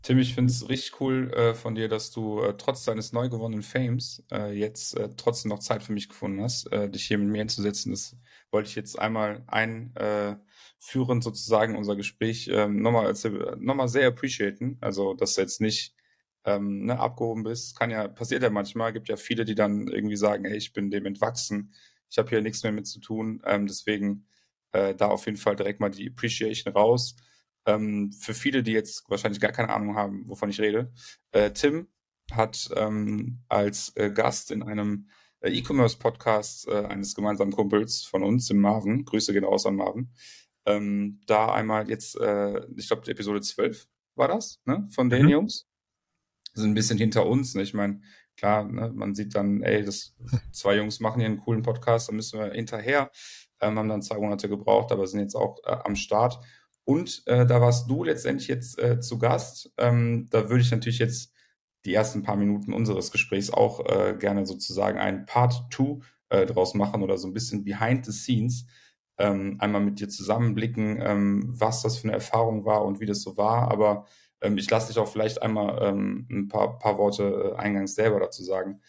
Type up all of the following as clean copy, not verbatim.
Tim, ich finde es richtig cool von dir, dass du trotz deines neu gewonnenen Fames jetzt trotzdem noch Zeit für mich gefunden hast, dich hier mit mir hinzusetzen. Das wollte ich jetzt einmal einführen, sozusagen unser Gespräch nochmal sehr appreciaten. Also, dass du jetzt nicht ne, abgehoben bist. Passiert ja manchmal. Gibt ja viele, die dann irgendwie sagen, ey, ich bin dem entwachsen. Ich habe hier nichts mehr mit zu tun. Deswegen da auf jeden Fall direkt mal die Appreciation raus. Für viele, die jetzt wahrscheinlich gar keine Ahnung haben, wovon ich rede, Tim hat als Gast in einem E-Commerce-Podcast eines gemeinsamen Kumpels von uns, dem Marvin, Grüße gehen raus an Marvin, da einmal jetzt, ich glaube, Episode 12 war das, ne, von den Mhm. Jungs, sind ein bisschen hinter uns, ne? Ich meine, klar, ne, man sieht dann, ey, das zwei Jungs machen hier einen coolen Podcast, da müssen wir hinterher, haben dann 2 Monate gebraucht, aber sind jetzt auch am Start. Und da warst du letztendlich jetzt zu Gast. Da würde ich natürlich jetzt die ersten paar Minuten unseres Gesprächs auch gerne sozusagen ein Part 2 draus machen oder so ein bisschen behind the scenes. Einmal mit dir zusammenblicken, was das für eine Erfahrung war und wie das so war. Aber ich lasse dich auch vielleicht einmal ein paar Worte eingangs selber dazu sagen.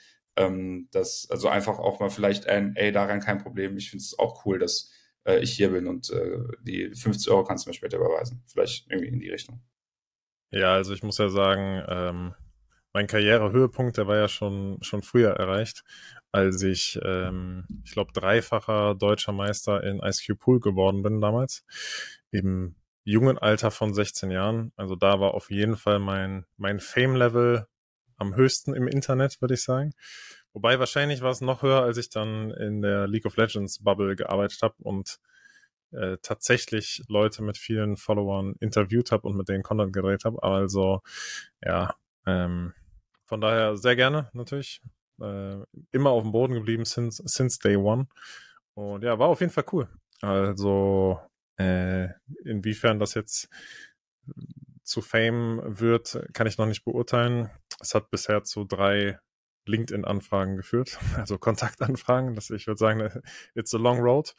Also einfach auch mal vielleicht ey, daran kein Problem. Ich finde es auch cool, dass ich hier bin und die 50 € kannst du mir später überweisen. Vielleicht irgendwie in die Richtung. Ja, also ich muss ja sagen, mein Karrierehöhepunkt, der war ja schon früher erreicht, als ich glaube, dreifacher deutscher Meister in Ice Cube Pool geworden bin damals. Im jungen Alter von 16 Jahren. Also da war auf jeden Fall mein Fame-Level am höchsten im Internet, würde ich sagen. Wobei wahrscheinlich war es noch höher, als ich dann in der League of Legends Bubble gearbeitet habe und tatsächlich Leute mit vielen Followern interviewt habe und mit denen Content gedreht habe. Also ja, von daher sehr gerne natürlich. Immer auf dem Boden geblieben since day one. Und ja, war auf jeden Fall cool. Also äh, inwiefern das jetzt zu Fame wird, kann ich noch nicht beurteilen. Es hat bisher zu 3 LinkedIn-Anfragen geführt, also Kontaktanfragen. Ich würde sagen, it's a long road.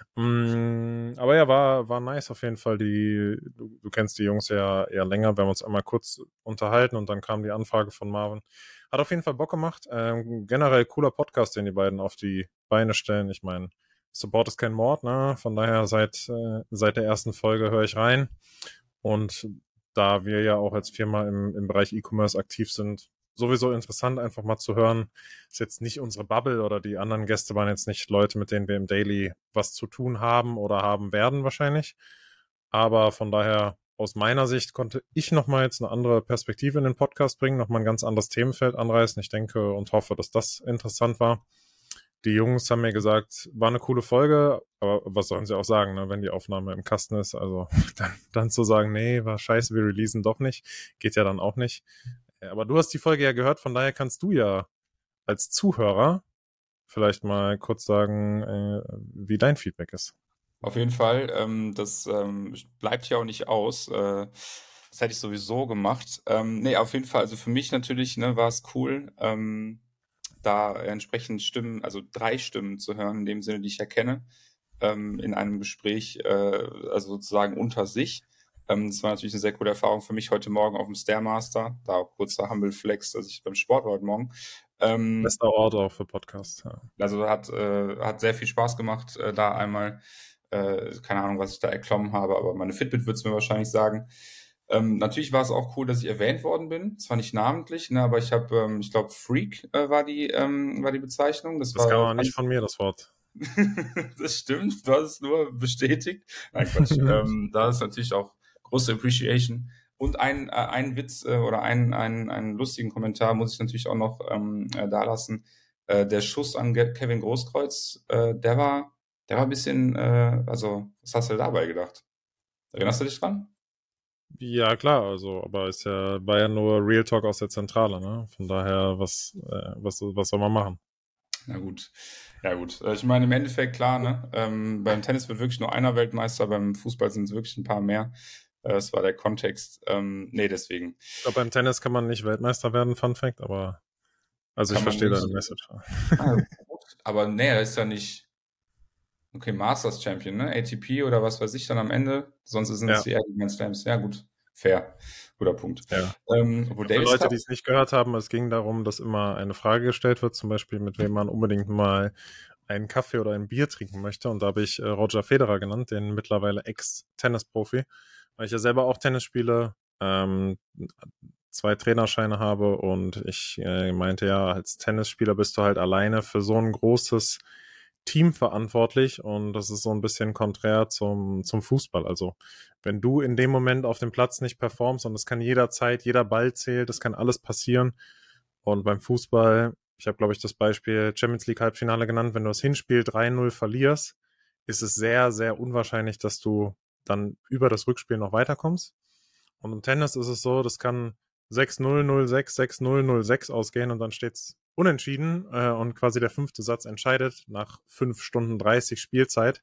Aber ja, war nice auf jeden Fall. Du kennst die Jungs ja eher länger. Wir haben uns einmal kurz unterhalten und dann kam die Anfrage von Marvin. Hat auf jeden Fall Bock gemacht. Generell cooler Podcast, den die beiden auf die Beine stellen. Ich meine, Support ist kein Mord, ne? Von daher seit der ersten Folge höre ich rein. Und da wir ja auch als Firma im Bereich E-Commerce aktiv sind, sowieso interessant, einfach mal zu hören. Ist jetzt nicht unsere Bubble oder die anderen Gäste waren jetzt nicht Leute, mit denen wir im Daily was zu tun haben oder haben werden wahrscheinlich. Aber von daher, aus meiner Sicht konnte ich nochmal jetzt eine andere Perspektive in den Podcast bringen, nochmal ein ganz anderes Themenfeld anreißen. Ich denke und hoffe, dass das interessant war. Die Jungs haben mir gesagt, war eine coole Folge, aber was sollen sie auch sagen, ne, wenn die Aufnahme im Kasten ist? Also dann zu sagen, nee, war scheiße, wir releasen doch nicht, geht ja dann auch nicht. Aber du hast die Folge ja gehört, von daher kannst du ja als Zuhörer vielleicht mal kurz sagen, wie dein Feedback ist. Auf jeden Fall, das bleibt ja auch nicht aus. Das hätte ich sowieso gemacht. Nee, auf jeden Fall, also für mich natürlich, ne, war es cool, da entsprechend Stimmen, also 3 Stimmen zu hören, in dem Sinne, die ich erkenne, in einem Gespräch, also sozusagen unter sich. Das war natürlich eine sehr coole Erfahrung für mich heute Morgen auf dem Stairmaster, da auch kurzer Humble Flex, dass ich beim Sport war heute Morgen. Ähm, Bester Ort auch für Podcasts. Ja. also hat sehr viel Spaß gemacht, da einmal, keine Ahnung, was ich da erklommen habe, aber meine Fitbit wird es mir wahrscheinlich sagen. Natürlich war es auch cool, dass ich erwähnt worden bin. Zwar nicht namentlich, ne, aber ich glaube, Freak war die Bezeichnung. Das Das kam war aber nicht von mir, das Wort. das stimmt, du hast es nur bestätigt. Nein, Quatsch. Da ist natürlich auch große Appreciation. Und ein Witz oder einen lustigen Kommentar muss ich natürlich auch noch da lassen. Der Schuss an Kevin Großkreuz, der war ein bisschen, also, was hast du dabei gedacht? Erinnerst du dich dran? Ja, klar, also, aber war ja nur Real Talk aus der Zentrale, ne? Von daher, was soll man machen? Na gut. Ja gut. Ich meine, im Endeffekt klar, ne? Beim Tennis wird wirklich nur einer Weltmeister, beim Fußball sind es wirklich ein paar mehr. Das war der Kontext. Nee, deswegen Ich glaube, beim Tennis kann man nicht Weltmeister werden, Fun Fact, aber also ich kann man verstehe deine nicht. Message. Ah, gut. Aber nee, er ist ja nicht, okay, Masters Champion, ne? ATP oder was weiß ich dann am Ende. Sonst sind es Ja, die eher die Grand Slams. Ja, gut. Fair, guter Punkt. Ja. Obwohl Für Davis Leute, Cup, die es nicht gehört haben, es ging darum, dass immer eine Frage gestellt wird, zum Beispiel, mit wem man unbedingt mal einen Kaffee oder ein Bier trinken möchte. Und da habe ich Roger Federer genannt, den mittlerweile Ex-Tennisprofi, weil ich ja selber auch Tennis spiele, 2 Trainerscheine habe und ich meinte ja, als Tennisspieler bist du halt alleine für so ein großes Team verantwortlich und das ist so ein bisschen konträr zum Fußball. Also wenn du in dem Moment auf dem Platz nicht performst und es kann jederzeit, jeder Ball zählt, das kann alles passieren. Und beim Fußball, ich habe, glaube ich, das Beispiel Champions League Halbfinale genannt, wenn du das Hinspiel 3-0 verlierst, ist es sehr, sehr unwahrscheinlich, dass du dann über das Rückspiel noch weiterkommst. Und im Tennis ist es so, das kann 6-0, 0-6, 6-0, 0-6 ausgehen und dann steht's unentschieden und quasi der 5. Satz entscheidet nach 5 Stunden 30 Spielzeit.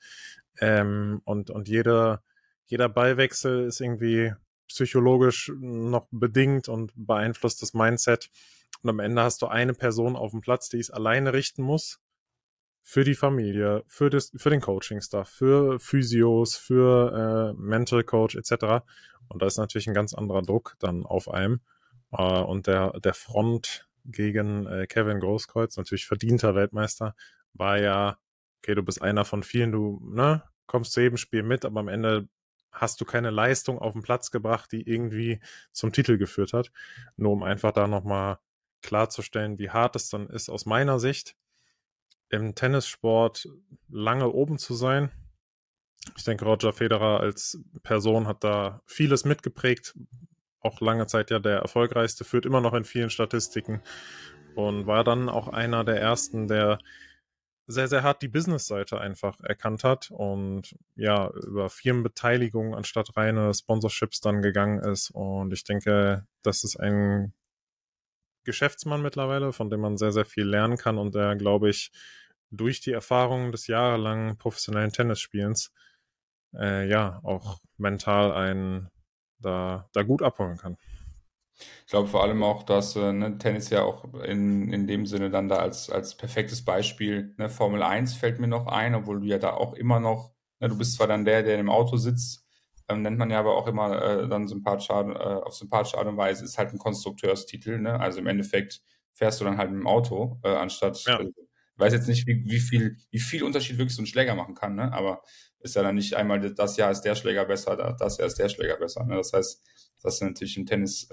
Und jeder Ballwechsel ist irgendwie psychologisch noch bedingt und beeinflusst das Mindset. Und am Ende hast du eine Person auf dem Platz, die es alleine richten muss. Für die Familie, für den Coaching-Staff, für Physios, für Mental Coach etc. Und da ist natürlich ein ganz anderer Druck dann auf einem. Und der Front gegen Kevin Großkreuz, natürlich verdienter Weltmeister, war ja, okay, du bist einer von vielen, du kommst zu jedem Spiel mit, aber am Ende hast du keine Leistung auf den Platz gebracht, die irgendwie zum Titel geführt hat. Nur um einfach da nochmal klarzustellen, wie hart es dann ist aus meiner Sicht, im Tennissport lange oben zu sein. Ich denke, Roger Federer als Person hat da vieles mitgeprägt. Auch lange Zeit ja der erfolgreichste, führt immer noch in vielen Statistiken und war dann auch einer der ersten, der sehr, sehr hart die Business-Seite einfach erkannt hat und ja, über Firmenbeteiligung anstatt reine Sponsorships dann gegangen ist. Und ich denke, das ist ein Geschäftsmann mittlerweile, von dem man sehr, sehr viel lernen kann und der, glaube ich, durch die Erfahrung des jahrelangen professionellen Tennisspielens ja auch mental einen da gut abholen kann. ich glaube vor allem auch, dass Tennis ja auch in dem Sinne dann da als perfektes Beispiel, ne, Formel 1 fällt mir noch ein, obwohl du ja da auch immer noch, ne, du bist zwar dann der im Auto sitzt, nennt man ja aber auch immer dann auf sympathische Art und Weise, ist halt ein Konstrukteurstitel, ne? Also im Endeffekt fährst du dann halt mit dem Auto, anstatt, Ja, ich weiß jetzt nicht, wie viel Unterschied wirklich so ein Schläger machen kann, ne? Aber ist ja dann nicht einmal, das Jahr ist der Schläger besser, das Jahr ist der Schläger besser, ne? Das heißt, das ist natürlich im Tennis,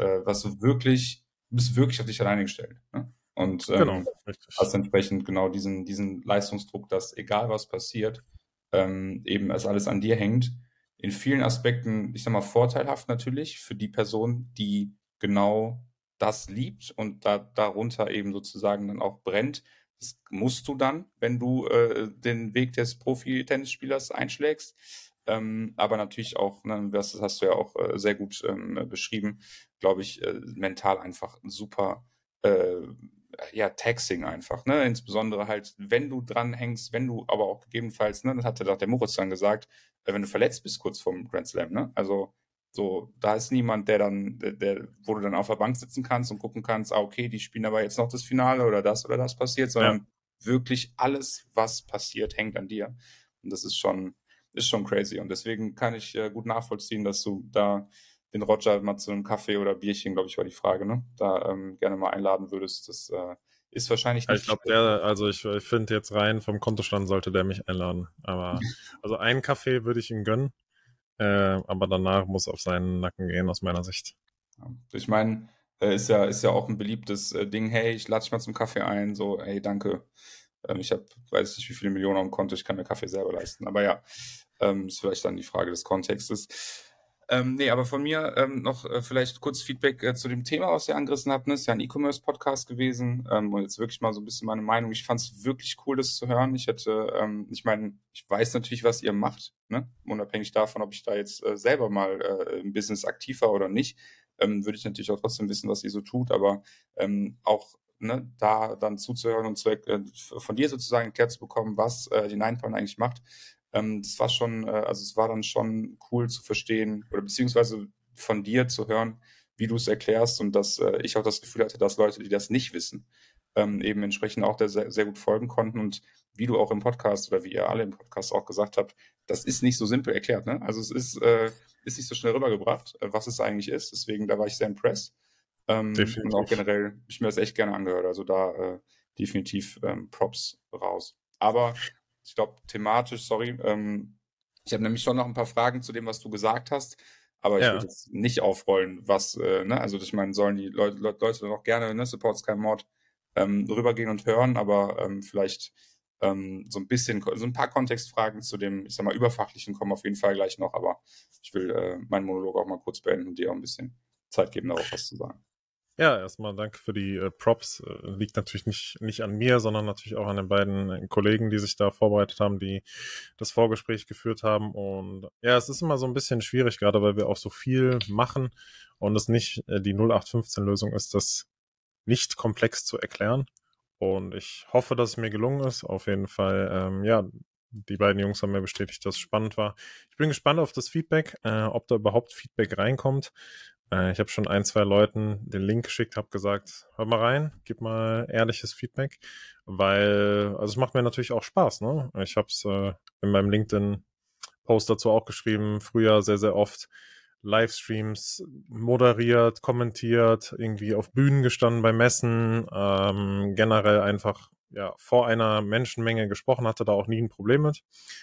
du bist wirklich auf dich alleine gestellt, ne? Und genau, richtig. hast entsprechend genau diesen Leistungsdruck, dass egal was passiert, eben es alles an dir hängt. In vielen Aspekten, ich sag mal, vorteilhaft natürlich für die Person, die genau das liebt und darunter eben sozusagen dann auch brennt. Das musst du dann, wenn du den Weg des Profi-Tennisspielers einschlägst. Aber natürlich auch, ne, das hast du ja auch sehr gut beschrieben, glaube ich, mental einfach super äh, ja, Taxing einfach, ne? Insbesondere halt, wenn du dranhängst, wenn du aber auch gegebenenfalls, ne, das hatte doch der Moritz dann gesagt, wenn du verletzt bist kurz vorm Grand Slam, ne? Also so, da ist niemand, wo du dann auf der Bank sitzen kannst und gucken kannst, okay, die spielen aber jetzt noch das Finale oder das passiert, Ja, sondern wirklich alles, was passiert, hängt an dir. Und das ist schon crazy. Und deswegen kann ich gut nachvollziehen, dass du da den Roger mal zu einem Kaffee oder Bierchen, glaube ich, war die Frage, ne? Da gerne mal einladen würdest. Das ist wahrscheinlich ja, ich nicht glaube, schlecht. also ich finde jetzt rein vom Kontostand sollte der mich einladen. Aber also einen Kaffee würde ich ihm gönnen, aber danach muss auf seinen Nacken gehen, aus meiner Sicht. Ja. Ich meine, ist ja auch ein beliebtes Ding, hey, ich lade dich mal zum Kaffee ein, so, hey, danke. Ich habe, weiß nicht, wie viele Millionen auf dem Konto, ich kann mir Kaffee selber leisten. Aber ja, ist vielleicht dann die Frage des Kontextes. Nee, aber von mir noch vielleicht kurz Feedback zu dem Thema, was ihr angerissen habt. Ne? Ist ja ein E-Commerce-Podcast gewesen. Und jetzt wirklich mal so ein bisschen meine Meinung. Ich fand es wirklich cool, das zu hören. Ich meine, ich weiß natürlich, was ihr macht, ne? Unabhängig davon, ob ich da jetzt selber mal im Business aktiv war oder nicht, würde ich natürlich auch trotzdem wissen, was ihr so tut. Aber auch ne, da dann zuzuhören und von dir sozusagen erklärt zu bekommen, was die Ninepoint eigentlich macht, das war schon, also es war dann schon cool zu verstehen oder beziehungsweise von dir zu hören, wie du es erklärst und dass ich auch das Gefühl hatte, dass Leute, die das nicht wissen, eben entsprechend auch da sehr, sehr gut folgen konnten und wie du auch im Podcast oder wie ihr alle im Podcast auch gesagt habt, das ist nicht so simpel erklärt, ne? Also es ist nicht so schnell rübergebracht, was es eigentlich ist. Deswegen, da war ich sehr impressed. Und auch Definitiv. generell hab ich mir das echt gerne angehört. Also da definitiv Props raus. Aber ich glaube, thematisch, sorry, ich habe nämlich schon noch ein paar Fragen zu dem, was du gesagt hast. Aber ich würde Ja. jetzt nicht aufrollen, was, ne, also ich meine, sollen die Leute dann auch gerne, ne, Support Sky Mod, rübergehen und hören, aber vielleicht so ein bisschen, so ein paar Kontextfragen zu dem, ich sag mal, Überfachlichen kommen auf jeden Fall gleich noch, aber ich will meinen Monolog auch mal kurz beenden und dir auch ein bisschen Zeit geben, darauf was zu sagen. Ja, erstmal danke für die Props. Liegt natürlich nicht an mir, sondern natürlich auch an den beiden Kollegen, die sich da vorbereitet haben, die das Vorgespräch geführt haben. Und ja, es ist immer so ein bisschen schwierig, gerade weil wir auch so viel machen und es nicht die 0815-Lösung ist, das nicht komplex zu erklären. Und ich hoffe, dass es mir gelungen ist. Auf jeden Fall, ja, die beiden Jungs haben mir bestätigt, dass es spannend war. Ich bin gespannt auf das Feedback, ob da überhaupt Feedback reinkommt. Ich habe schon ein, zwei Leuten den Link geschickt, habe gesagt, hör mal rein, gib mal ehrliches Feedback, weil, also es macht mir natürlich auch Spaß, ne? Ich habe es in meinem LinkedIn-Post dazu auch geschrieben, früher sehr, sehr oft Livestreams moderiert, kommentiert, irgendwie auf Bühnen gestanden bei Messen, generell einfach ja vor einer Menschenmenge gesprochen, hatte da auch nie ein Problem mit.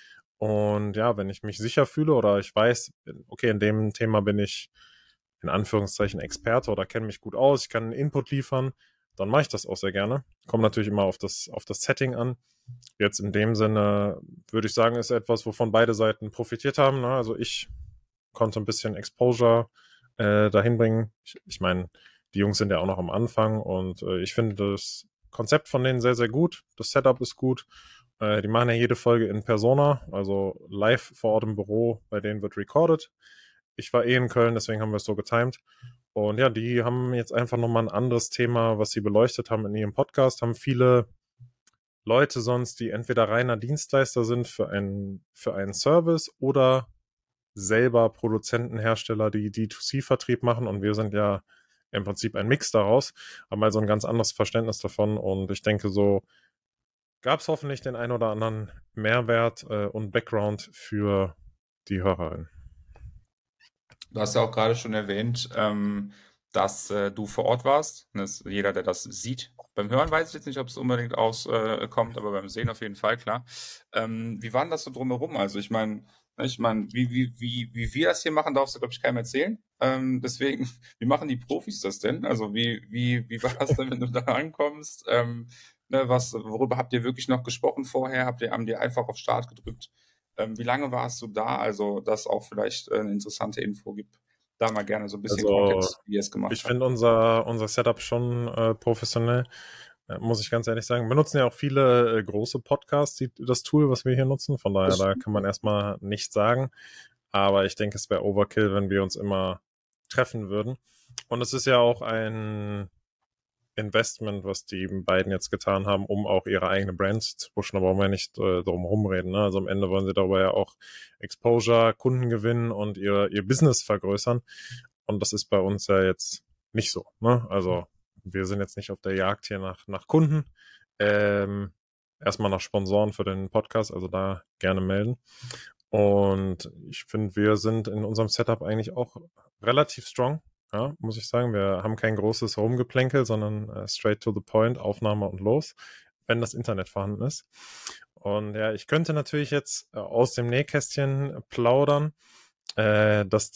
Und ja, wenn ich mich sicher fühle oder ich weiß, okay, in dem Thema bin ich in Anführungszeichen Experte oder kenne mich gut aus, ich kann einen Input liefern, dann mache ich das auch sehr gerne. Kommt natürlich immer auf das Setting an. Jetzt in dem Sinne würde ich sagen, ist etwas, wovon beide Seiten profitiert haben. Ne? Also ich konnte ein bisschen Exposure dahin bringen. Ich meine, die Jungs sind ja auch noch am Anfang und ich finde das Konzept von denen sehr, sehr gut. Das Setup ist gut. Die machen ja jede Folge in Persona, also live vor Ort im Büro, bei denen wird recorded. Ich war in Köln, deswegen haben wir es so getimed. Und ja, die haben jetzt einfach nochmal ein anderes Thema, was sie beleuchtet haben in ihrem Podcast, haben viele Leute sonst, die entweder reiner Dienstleister sind für einen Service oder selber Produzenten, Hersteller, die D2C-Vertrieb machen und wir sind ja im Prinzip ein Mix daraus, haben also ein ganz anderes Verständnis davon und ich denke, so gab es hoffentlich den ein oder anderen Mehrwert und Background für die Hörerin. Du hast ja auch gerade schon erwähnt, dass du vor Ort warst. Das, jeder, der das sieht. Beim Hören weiß ich jetzt nicht, ob es unbedingt auskommt, aber beim Sehen auf jeden Fall, klar. Wie war denn das so drumherum? Also wie wir das hier machen, darfst du, glaube ich, keinem erzählen. Deswegen, wie machen die Profis das denn? Also wie war das denn, wenn du da ankommst? Ne, worüber habt ihr wirklich noch gesprochen vorher? Haben die einfach auf Start gedrückt? Wie lange warst du da? Also, dass auch vielleicht eine interessante Info gibt. Da mal gerne so ein bisschen Also Kontext, wie ihr es gemacht ich habt. finde unser Setup schon professionell, muss ich ganz ehrlich sagen. Wir nutzen ja auch viele große Podcasts, das Tool, was wir hier nutzen. Von daher, Das, da kann man erstmal nichts sagen. Aber ich denke, es wäre Overkill, wenn wir uns immer treffen würden. Und es ist ja auch ein Investment, was die beiden jetzt getan haben, um auch ihre eigene Brand zu pushen. Da brauchen wir nicht drum rumreden. Ne? Also am Ende wollen sie darüber ja auch Exposure, Kunden gewinnen und ihr Business vergrößern. Und das ist bei uns ja jetzt nicht so. Ne? Also wir sind jetzt nicht auf der Jagd hier nach Kunden. Erstmal nach Sponsoren für den Podcast, also da gerne melden. Und ich finde, wir sind in unserem Setup eigentlich auch relativ strong. Ja, muss ich sagen, wir haben kein großes Rumgeplänkel, sondern straight to the point, Aufnahme und los, wenn das Internet vorhanden ist. Und ja, ich könnte natürlich jetzt aus dem Nähkästchen plaudern, dass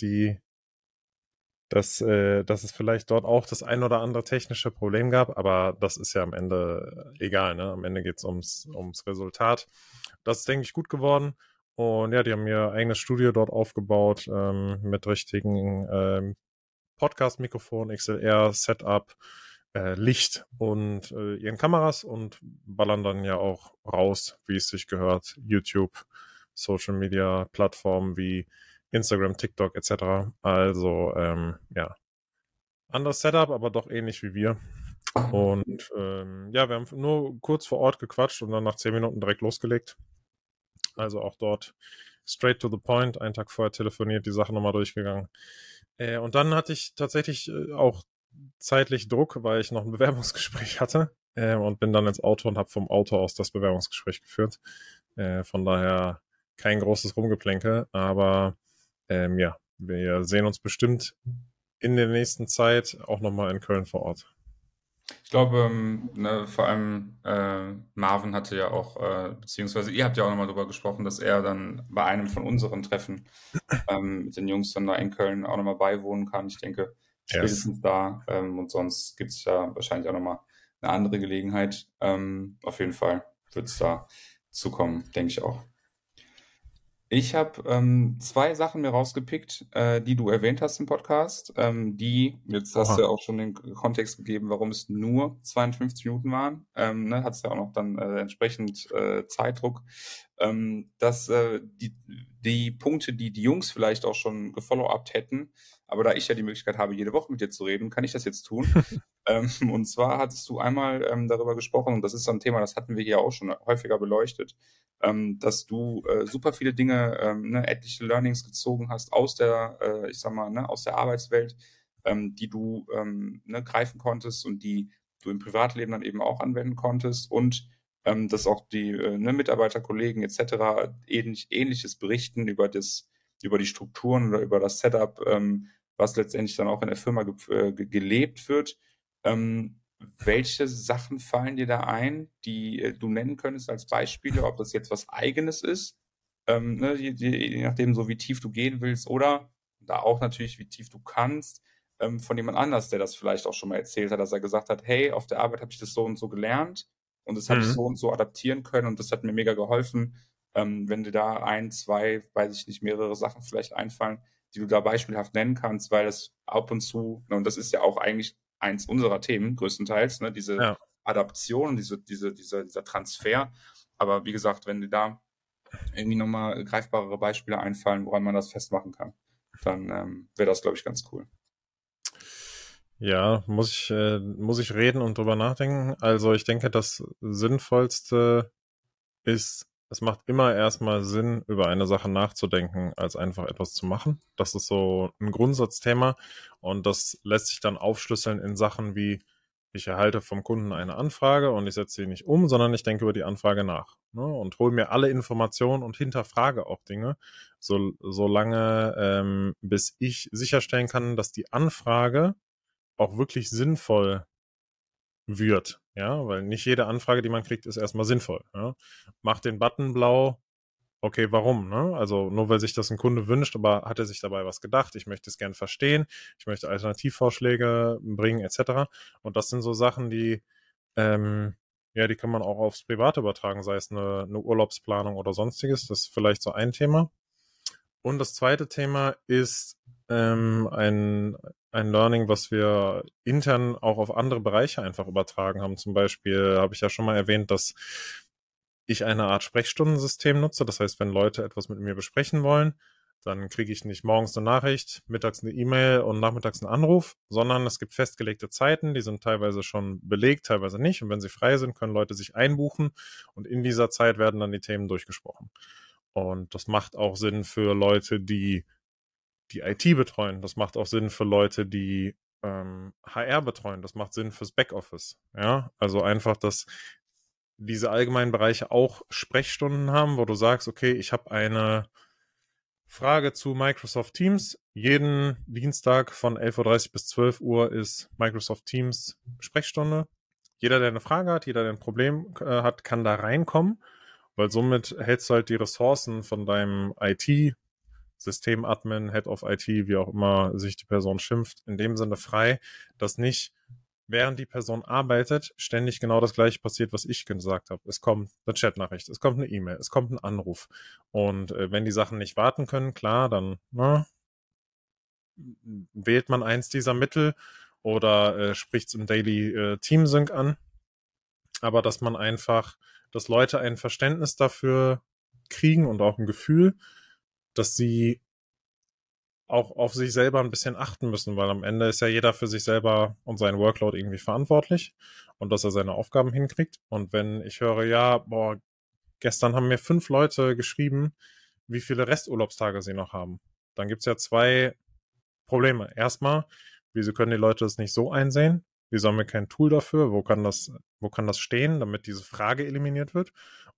dass es vielleicht dort auch das ein oder andere technische Problem gab, aber das ist ja am Ende egal, ne? Am Ende geht's ums Resultat. Das ist, denke ich, gut geworden. Und ja, die haben ihr eigenes Studio dort aufgebaut, mit richtigen Podcast-Mikrofon, XLR-Setup, Licht und ihren Kameras und ballern dann ja auch raus, wie es sich gehört, YouTube, Social Media Plattformen wie Instagram, TikTok etc. Also ja, anderes Setup, aber doch ähnlich wie wir. Und ja, wir haben nur kurz vor Ort gequatscht und dann nach 10 Minuten direkt losgelegt. Also auch dort straight to the point, einen Tag vorher telefoniert, die Sache nochmal durchgegangen. Und dann hatte ich tatsächlich auch zeitlich Druck, weil ich noch ein Bewerbungsgespräch hatte und bin dann ins Auto und habe vom Auto aus das Bewerbungsgespräch geführt. Von daher kein großes Rumgeplänkel, aber ja, wir sehen uns bestimmt in der nächsten Zeit auch nochmal in Köln vor Ort. Ich glaube, ne, vor allem Marvin hatte ja auch, beziehungsweise ihr habt ja auch nochmal darüber gesprochen, dass er dann bei einem von unseren Treffen mit den Jungs dann da in Köln auch nochmal beiwohnen kann. Ich denke, Yes. spätestens da und sonst gibt es ja wahrscheinlich auch nochmal eine andere Gelegenheit. Auf jeden Fall wird es da zukommen, denke ich auch. Ich habe zwei Sachen mir rausgepickt, die du erwähnt hast im Podcast. Jetzt hast du Oha. ja auch schon den Kontext gegeben, warum es nur 52 Minuten waren. Ne, hattest ja auch noch dann entsprechend Zeitdruck. Die Punkte, die die Jungs vielleicht auch schon gefollow-upt hätten, aber da ich ja die Möglichkeit habe, jede Woche mit dir zu reden, kann ich das jetzt tun. Und zwar hattest du einmal darüber gesprochen, und das ist so ein Thema, das hatten wir hier auch schon häufiger beleuchtet, dass du super viele Dinge, ne, etliche Learnings gezogen hast aus der, ich sag mal, ne, aus der Arbeitswelt, die du ne, greifen konntest und die du im Privatleben dann eben auch anwenden konntest und dass auch die ne, Mitarbeiter, Kollegen etc. Ähnliches berichten über die Strukturen oder über das Setup, was letztendlich dann auch in der Firma gelebt wird. Welche Sachen fallen dir da ein, die du nennen könntest als Beispiele, ob das jetzt was Eigenes ist, ne, je nachdem, so wie tief du gehen willst, oder da auch natürlich, wie tief du kannst, von jemand anders, der das vielleicht auch schon mal erzählt hat, dass er gesagt hat, hey, auf der Arbeit habe ich das so und so gelernt und das habe ich Mhm. so und so adaptieren können und das hat mir mega geholfen. Wenn dir da ein, zwei, weiß ich nicht, mehrere Sachen vielleicht einfallen, die du da beispielhaft nennen kannst, weil es ab und zu, ne, und das ist ja auch eigentlich eins unserer Themen größtenteils, ne, diese Ja. Adaption, dieser Transfer. Aber wie gesagt, wenn dir da irgendwie nochmal greifbarere Beispiele einfallen, woran man das festmachen kann, dann wäre das, glaube ich, ganz cool. Ja, muss ich reden und drüber nachdenken. Also ich denke, das Sinnvollste ist, es macht immer erstmal Sinn, über eine Sache nachzudenken, als einfach etwas zu machen. Das ist so ein Grundsatzthema und das lässt sich dann aufschlüsseln in Sachen wie, ich erhalte vom Kunden eine Anfrage und ich setze sie nicht um, sondern ich denke über die Anfrage nach, ne, und hole mir alle Informationen und hinterfrage auch Dinge, solange bis ich sicherstellen kann, dass die Anfrage auch wirklich sinnvoll wird, ja, weil nicht jede Anfrage, die man kriegt, ist erstmal sinnvoll. Ja. Macht den Button blau, okay, warum? Ne? Also nur weil sich das ein Kunde wünscht, aber hat er sich dabei was gedacht? Ich möchte es gern verstehen, ich möchte Alternativvorschläge bringen, etc. Und das sind so Sachen, die ja, die kann man auch aufs Private übertragen, sei es eine Urlaubsplanung oder sonstiges. Das ist vielleicht so ein Thema. Und das zweite Thema ist ein Learning, was wir intern auch auf andere Bereiche einfach übertragen haben. Zum Beispiel habe ich ja schon mal erwähnt, dass ich eine Art Sprechstundensystem nutze. Das heißt, wenn Leute etwas mit mir besprechen wollen, dann kriege ich nicht morgens eine Nachricht, mittags eine E-Mail und nachmittags einen Anruf, sondern es gibt festgelegte Zeiten, die sind teilweise schon belegt, teilweise nicht. Und wenn sie frei sind, können Leute sich einbuchen und in dieser Zeit werden dann die Themen durchgesprochen. Und das macht auch Sinn für Leute, die die IT betreuen. Das macht auch Sinn für Leute, die HR betreuen. Das macht Sinn fürs Backoffice. Ja, also einfach, dass diese allgemeinen Bereiche auch Sprechstunden haben, wo du sagst, okay, ich habe eine Frage zu Microsoft Teams. Jeden Dienstag von 11:30 Uhr bis 12 Uhr ist Microsoft Teams Sprechstunde. Jeder, der eine Frage hat, jeder, der ein Problem hat, kann da reinkommen, weil somit hältst du halt die Ressourcen von deinem IT Systemadmin, Head of IT, wie auch immer sich die Person schimpft, in dem Sinne frei, dass nicht während die Person arbeitet, ständig genau das gleiche passiert, was ich gesagt habe. Es kommt eine Chatnachricht, es kommt eine E-Mail, es kommt ein Anruf. Und wenn die Sachen nicht warten können, klar, dann wählt man eins dieser Mittel oder spricht es im Daily Team Sync an. Aber dass man einfach, dass Leute ein Verständnis dafür kriegen und auch ein Gefühl, dass sie auch auf sich selber ein bisschen achten müssen, weil am Ende ist ja jeder für sich selber und seinen Workload irgendwie verantwortlich und dass er seine Aufgaben hinkriegt. Und wenn ich höre, ja, boah, gestern haben mir 5 Leute geschrieben, wie viele Resturlaubstage sie noch haben, dann gibt's ja 2 Probleme. Erstmal, wieso können die Leute das nicht so einsehen? Wieso haben wir kein Tool dafür? Wo kann das stehen, damit diese Frage eliminiert wird?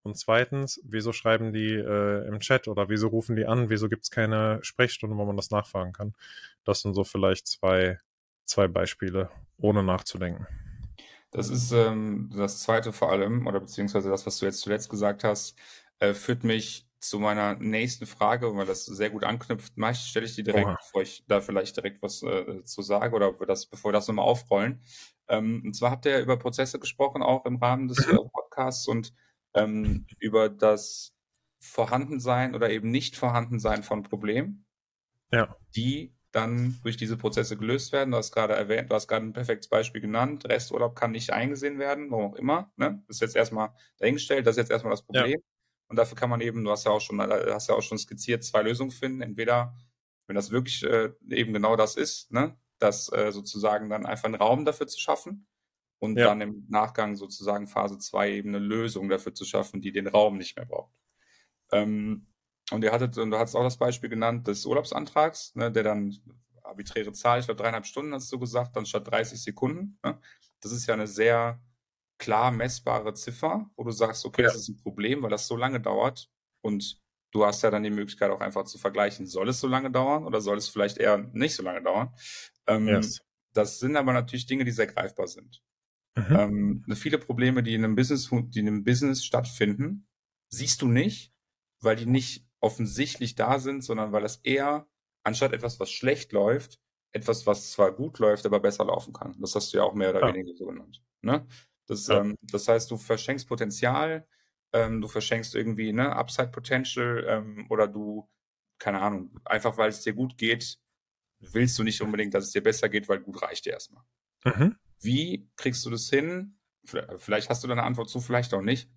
Und zweitens, wieso schreiben die im Chat oder wieso rufen die an? Wieso gibt es keine Sprechstunde, wo man das nachfragen kann? Das sind so vielleicht zwei Beispiele, ohne nachzudenken. Das ist das Zweite vor allem, oder beziehungsweise das, was du jetzt zuletzt gesagt hast, führt mich zu meiner nächsten Frage, weil das sehr gut anknüpft. Meist stelle ich die direkt, Oha. bevor ich da vielleicht direkt was zu sage oder bevor wir das nochmal aufrollen. Und zwar habt ihr ja über Prozesse gesprochen, auch im Rahmen des Podcasts und über das Vorhandensein oder eben Nicht-Vorhandensein von Problemen, Ja, die dann durch diese Prozesse gelöst werden. Du hast gerade erwähnt, du hast gerade ein perfektes Beispiel genannt. Resturlaub kann nicht eingesehen werden, warum auch immer. Ne? Das ist jetzt erstmal dahingestellt, das ist jetzt erstmal das ja, Problem. Und dafür kann man eben, du hast ja auch schon skizziert, zwei Lösungen finden. Entweder, wenn das wirklich eben genau das ist, ne, das sozusagen dann einfach einen Raum dafür zu schaffen und ja, dann im Nachgang sozusagen Phase 2 eben eine Lösung dafür zu schaffen, die den Raum nicht mehr braucht. Ähm, und du hattest auch das Beispiel genannt des Urlaubsantrags, ne, der dann arbiträre Zahl, ich glaube 3,5 Stunden hast du gesagt, dann statt 30 Sekunden. Ne? Das ist ja eine sehr klar messbare Ziffer, wo du sagst, okay, ja, das ist ein Problem, weil das so lange dauert. Und du hast ja dann die Möglichkeit auch einfach zu vergleichen, soll es so lange dauern oder soll es vielleicht eher nicht so lange dauern? yes. Das sind aber natürlich Dinge, die sehr greifbar sind. Mhm. Viele Probleme, die in einem Business stattfinden, siehst du nicht, weil die nicht offensichtlich da sind, sondern weil das eher, anstatt etwas, was schlecht läuft, etwas, was zwar gut läuft, aber besser laufen kann. Das hast du ja auch mehr oder Ja, weniger so genannt. Ne? ja, Das heißt, du verschenkst Potenzial, du verschenkst irgendwie ne, Upside Potential oder du, keine Ahnung, einfach weil es dir gut geht, willst du nicht unbedingt, dass es dir besser geht, weil gut reicht dir erstmal. mhm. Wie kriegst du das hin? Vielleicht hast du da eine Antwort zu, vielleicht auch nicht.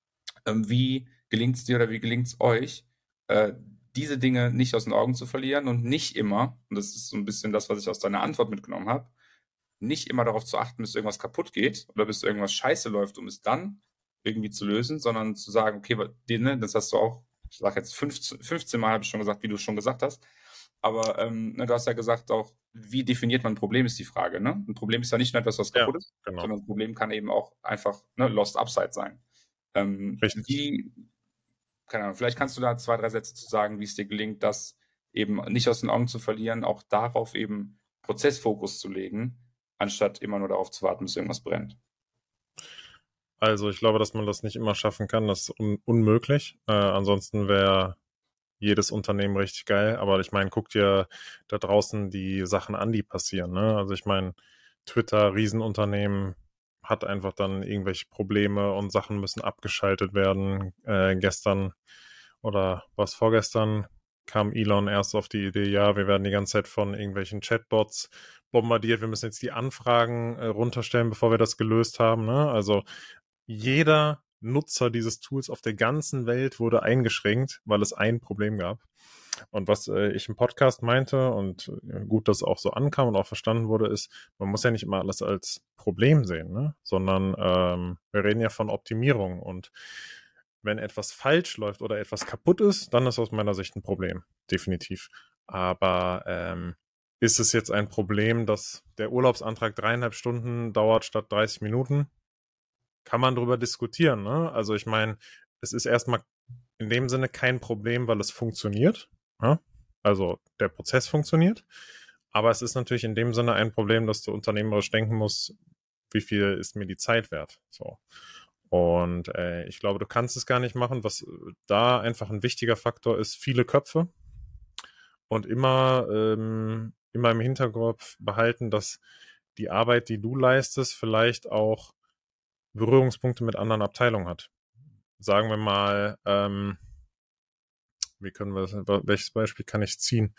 Wie gelingt es dir oder wie gelingt es euch, äh, diese Dinge nicht aus den Augen zu verlieren und nicht immer, und das ist so ein bisschen das, was ich aus deiner Antwort mitgenommen habe, nicht immer darauf zu achten, bis irgendwas kaputt geht oder bis irgendwas scheiße läuft, um es dann irgendwie zu lösen, sondern zu sagen, okay, ne, das hast du auch, ich sage jetzt 15 Mal, habe ich schon gesagt, wie du schon gesagt hast, aber ne, du hast ja gesagt auch, wie definiert man ein Problem, ist die Frage. Ne? Ein Problem ist ja nicht nur etwas, was Ja, kaputt ist, genau. sondern ein Problem kann eben auch einfach ne, Lost Upside sein. Richtig. Wie, keine Ahnung, vielleicht kannst du da zwei, drei Sätze zu sagen, wie es dir gelingt, das eben nicht aus den Augen zu verlieren, auch darauf eben Prozessfokus zu legen, anstatt immer nur darauf zu warten, bis irgendwas brennt. Also ich glaube, dass man das nicht immer schaffen kann. Das ist unmöglich. Ansonsten wäre jedes Unternehmen richtig geil. Aber ich meine, guck dir da draußen die Sachen an, die passieren. Ne? Also ich meine, Twitter, Riesenunternehmen, hat einfach dann irgendwelche Probleme und Sachen müssen abgeschaltet werden. Gestern oder was vorgestern kam Elon erst auf die Idee, ja, wir werden die ganze Zeit von irgendwelchen Chatbots bombardiert. Wir müssen jetzt die Anfragen runterstellen, bevor wir das gelöst haben. Ne? Also jeder Nutzer dieses Tools auf der ganzen Welt wurde eingeschränkt, weil es ein Problem gab. Und was ich im Podcast meinte und gut, dass es auch so ankam und auch verstanden wurde, ist, man muss ja nicht immer alles als Problem sehen, ne? Sondern wir reden ja von Optimierung und wenn etwas falsch läuft oder etwas kaputt ist, dann ist aus meiner Sicht ein Problem, definitiv. Aber ist es jetzt ein Problem, dass der Urlaubsantrag 3,5 Stunden dauert statt 30 Minuten? Kann man drüber diskutieren, ne? Also ich meine, es ist erstmal in dem Sinne kein Problem, weil es funktioniert. Ja? Also der Prozess funktioniert. Aber es ist natürlich in dem Sinne ein Problem, dass du unternehmerisch denken musst, wie viel ist mir die Zeit wert? So. Und ich glaube, du kannst es gar nicht machen. Was da einfach ein wichtiger Faktor ist, viele Köpfe und immer im Hinterkopf behalten, dass die Arbeit, die du leistest, vielleicht auch Berührungspunkte mit anderen Abteilungen hat. Sagen wir mal, wie können wir das, welches Beispiel kann ich ziehen?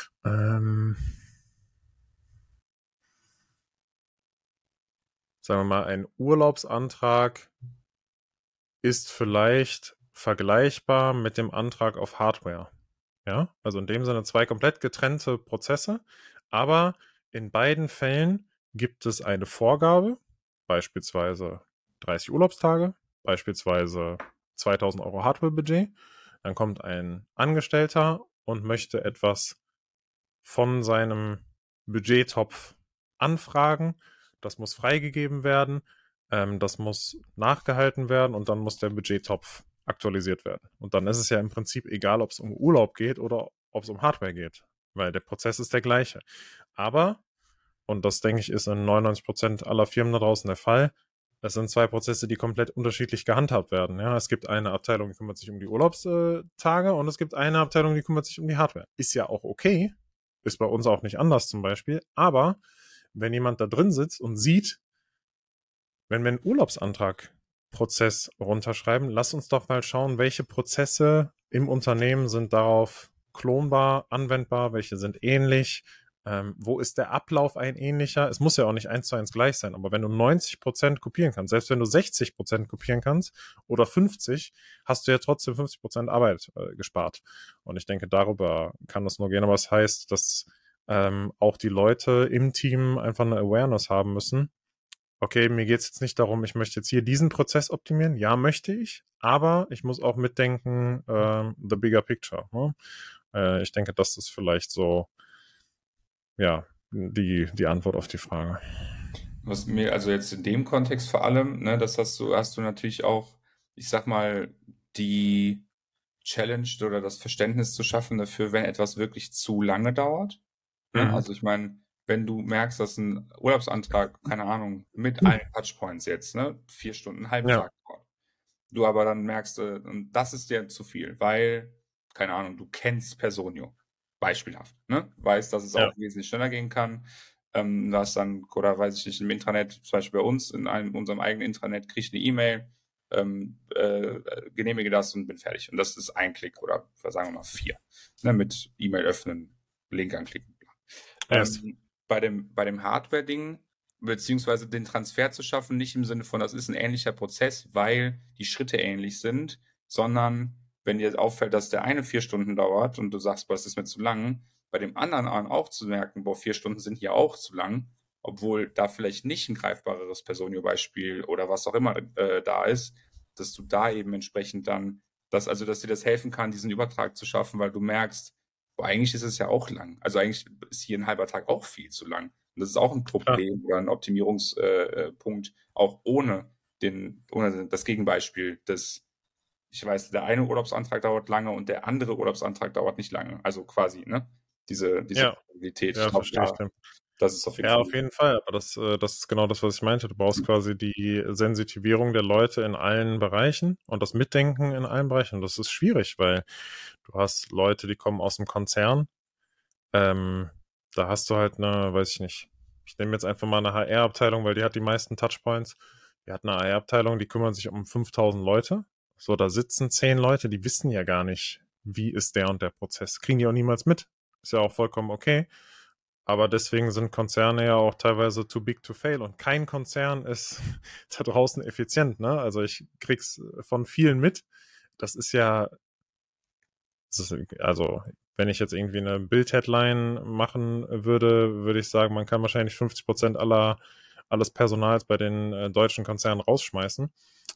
Sagen wir mal, ein Urlaubsantrag ist vielleicht vergleichbar mit dem Antrag auf Hardware. Ja, also in dem Sinne zwei komplett getrennte Prozesse, aber in beiden Fällen gibt es eine Vorgabe, beispielsweise 30 Urlaubstage, beispielsweise 2.000 € Hardware-Budget. Dann kommt ein Angestellter und möchte etwas von seinem Budgettopf anfragen. Das muss freigegeben werden. Das muss nachgehalten werden und dann muss der Budgettopf aktualisiert werden. Und dann ist es ja im Prinzip egal, ob es um Urlaub geht oder ob es um Hardware geht, weil der Prozess ist der gleiche. Aber, und das denke ich ist in 99% aller Firmen da draußen der Fall, es sind zwei Prozesse, die komplett unterschiedlich gehandhabt werden. Ja, es gibt eine Abteilung, die kümmert sich um die Urlaubstage und es gibt eine Abteilung, die kümmert sich um die Hardware. Ist ja auch okay, ist bei uns auch nicht anders zum Beispiel, aber wenn jemand da drin sitzt und sieht, wenn wir einen Urlaubsantrag-Prozess runterschreiben, lass uns doch mal schauen, welche Prozesse im Unternehmen sind darauf klonbar, anwendbar, welche sind ähnlich, wo ist der Ablauf ein ähnlicher? Es muss ja auch nicht 1:1 gleich sein, aber wenn du 90% kopieren kannst, selbst wenn du 60% kopieren kannst oder 50, hast du ja trotzdem 50% Arbeit gespart. Und ich denke, darüber kann das nur gehen, aber es heißt, dass auch die Leute im Team einfach eine Awareness haben müssen. Okay, mir geht es jetzt nicht darum, ich möchte jetzt hier diesen Prozess optimieren. Ja, möchte ich, aber ich muss auch mitdenken, the bigger picture. Ne? Ich denke, das ist vielleicht so, ja, die Antwort auf die Frage. Was mir also jetzt in dem Kontext vor allem, ne, das hast du natürlich auch, ich sag mal, die Challenge oder das Verständnis zu schaffen dafür, wenn etwas wirklich zu lange dauert. Ne? Mhm. Also ich meine, wenn du merkst, dass ein Urlaubsantrag, keine Ahnung, mit allen Touchpoints jetzt, ne, 4 Stunden, einen halben Ja, Tag dauert. Du aber dann merkst, und das ist dir zu viel, weil, keine Ahnung, du kennst Personio. Beispielhaft, ne? Weißt, dass es ja, auch wesentlich schneller gehen kann. Was dann, oder weiß ich nicht, im Intranet, zum Beispiel bei uns, unserem eigenen Intranet, kriege ich eine E-Mail, genehmige das und bin fertig. Und das ist ein Klick oder sagen wir mal 4. Ne, mit E-Mail öffnen, Link anklicken. yes. Bei dem Hardware-Ding, beziehungsweise den Transfer zu schaffen, nicht im Sinne von, das ist ein ähnlicher Prozess, weil die Schritte ähnlich sind, sondern wenn dir auffällt, dass der eine 4 Stunden dauert und du sagst, boah, das ist mir zu lang, bei dem anderen auch zu merken, boah, 4 Stunden sind hier auch zu lang, obwohl da vielleicht nicht ein greifbareres Personio-Beispiel oder was auch immer da ist, dass du da eben entsprechend dann, dass dir das helfen kann, diesen Übertrag zu schaffen, weil du merkst, boah, eigentlich ist es ja auch lang. Also eigentlich ist hier ein halber Tag auch viel zu lang. Und das ist auch ein Klar. Problem oder ein Optimierungspunkt, auch ohne das Gegenbeispiel des, ich weiß, der eine Urlaubsantrag dauert lange und der andere Urlaubsantrag dauert nicht lange. Also quasi, ne? Diese Ja, Probabilität. Ich ja, glaube, verstehe ich. das ist auf jeden Ja, Fall. auf jeden Fall. Aber das ist genau das, was ich meinte. Du brauchst quasi die Sensitivierung der Leute in allen Bereichen und das Mitdenken in allen Bereichen. Und das ist schwierig, weil du hast Leute, die kommen aus dem Konzern. Ähm, Da hast du halt eine, weiß ich nicht. Ich nehme jetzt einfach mal eine HR-Abteilung, weil die hat die meisten Touchpoints. Die hat eine HR-Abteilung, die kümmern sich um 5000 Leute. So, da sitzen 10 Leute, die wissen ja gar nicht, wie ist der und der Prozess. Kriegen die auch niemals mit. Ist ja auch vollkommen okay. Aber deswegen sind Konzerne ja auch teilweise too big to fail und kein Konzern ist da draußen effizient, ne? Also ich krieg's von vielen mit. Das ist ja, also wenn ich jetzt irgendwie eine Bild-Headline machen würde, würde ich sagen, man kann wahrscheinlich 50% alles Personals bei den deutschen Konzernen rausschmeißen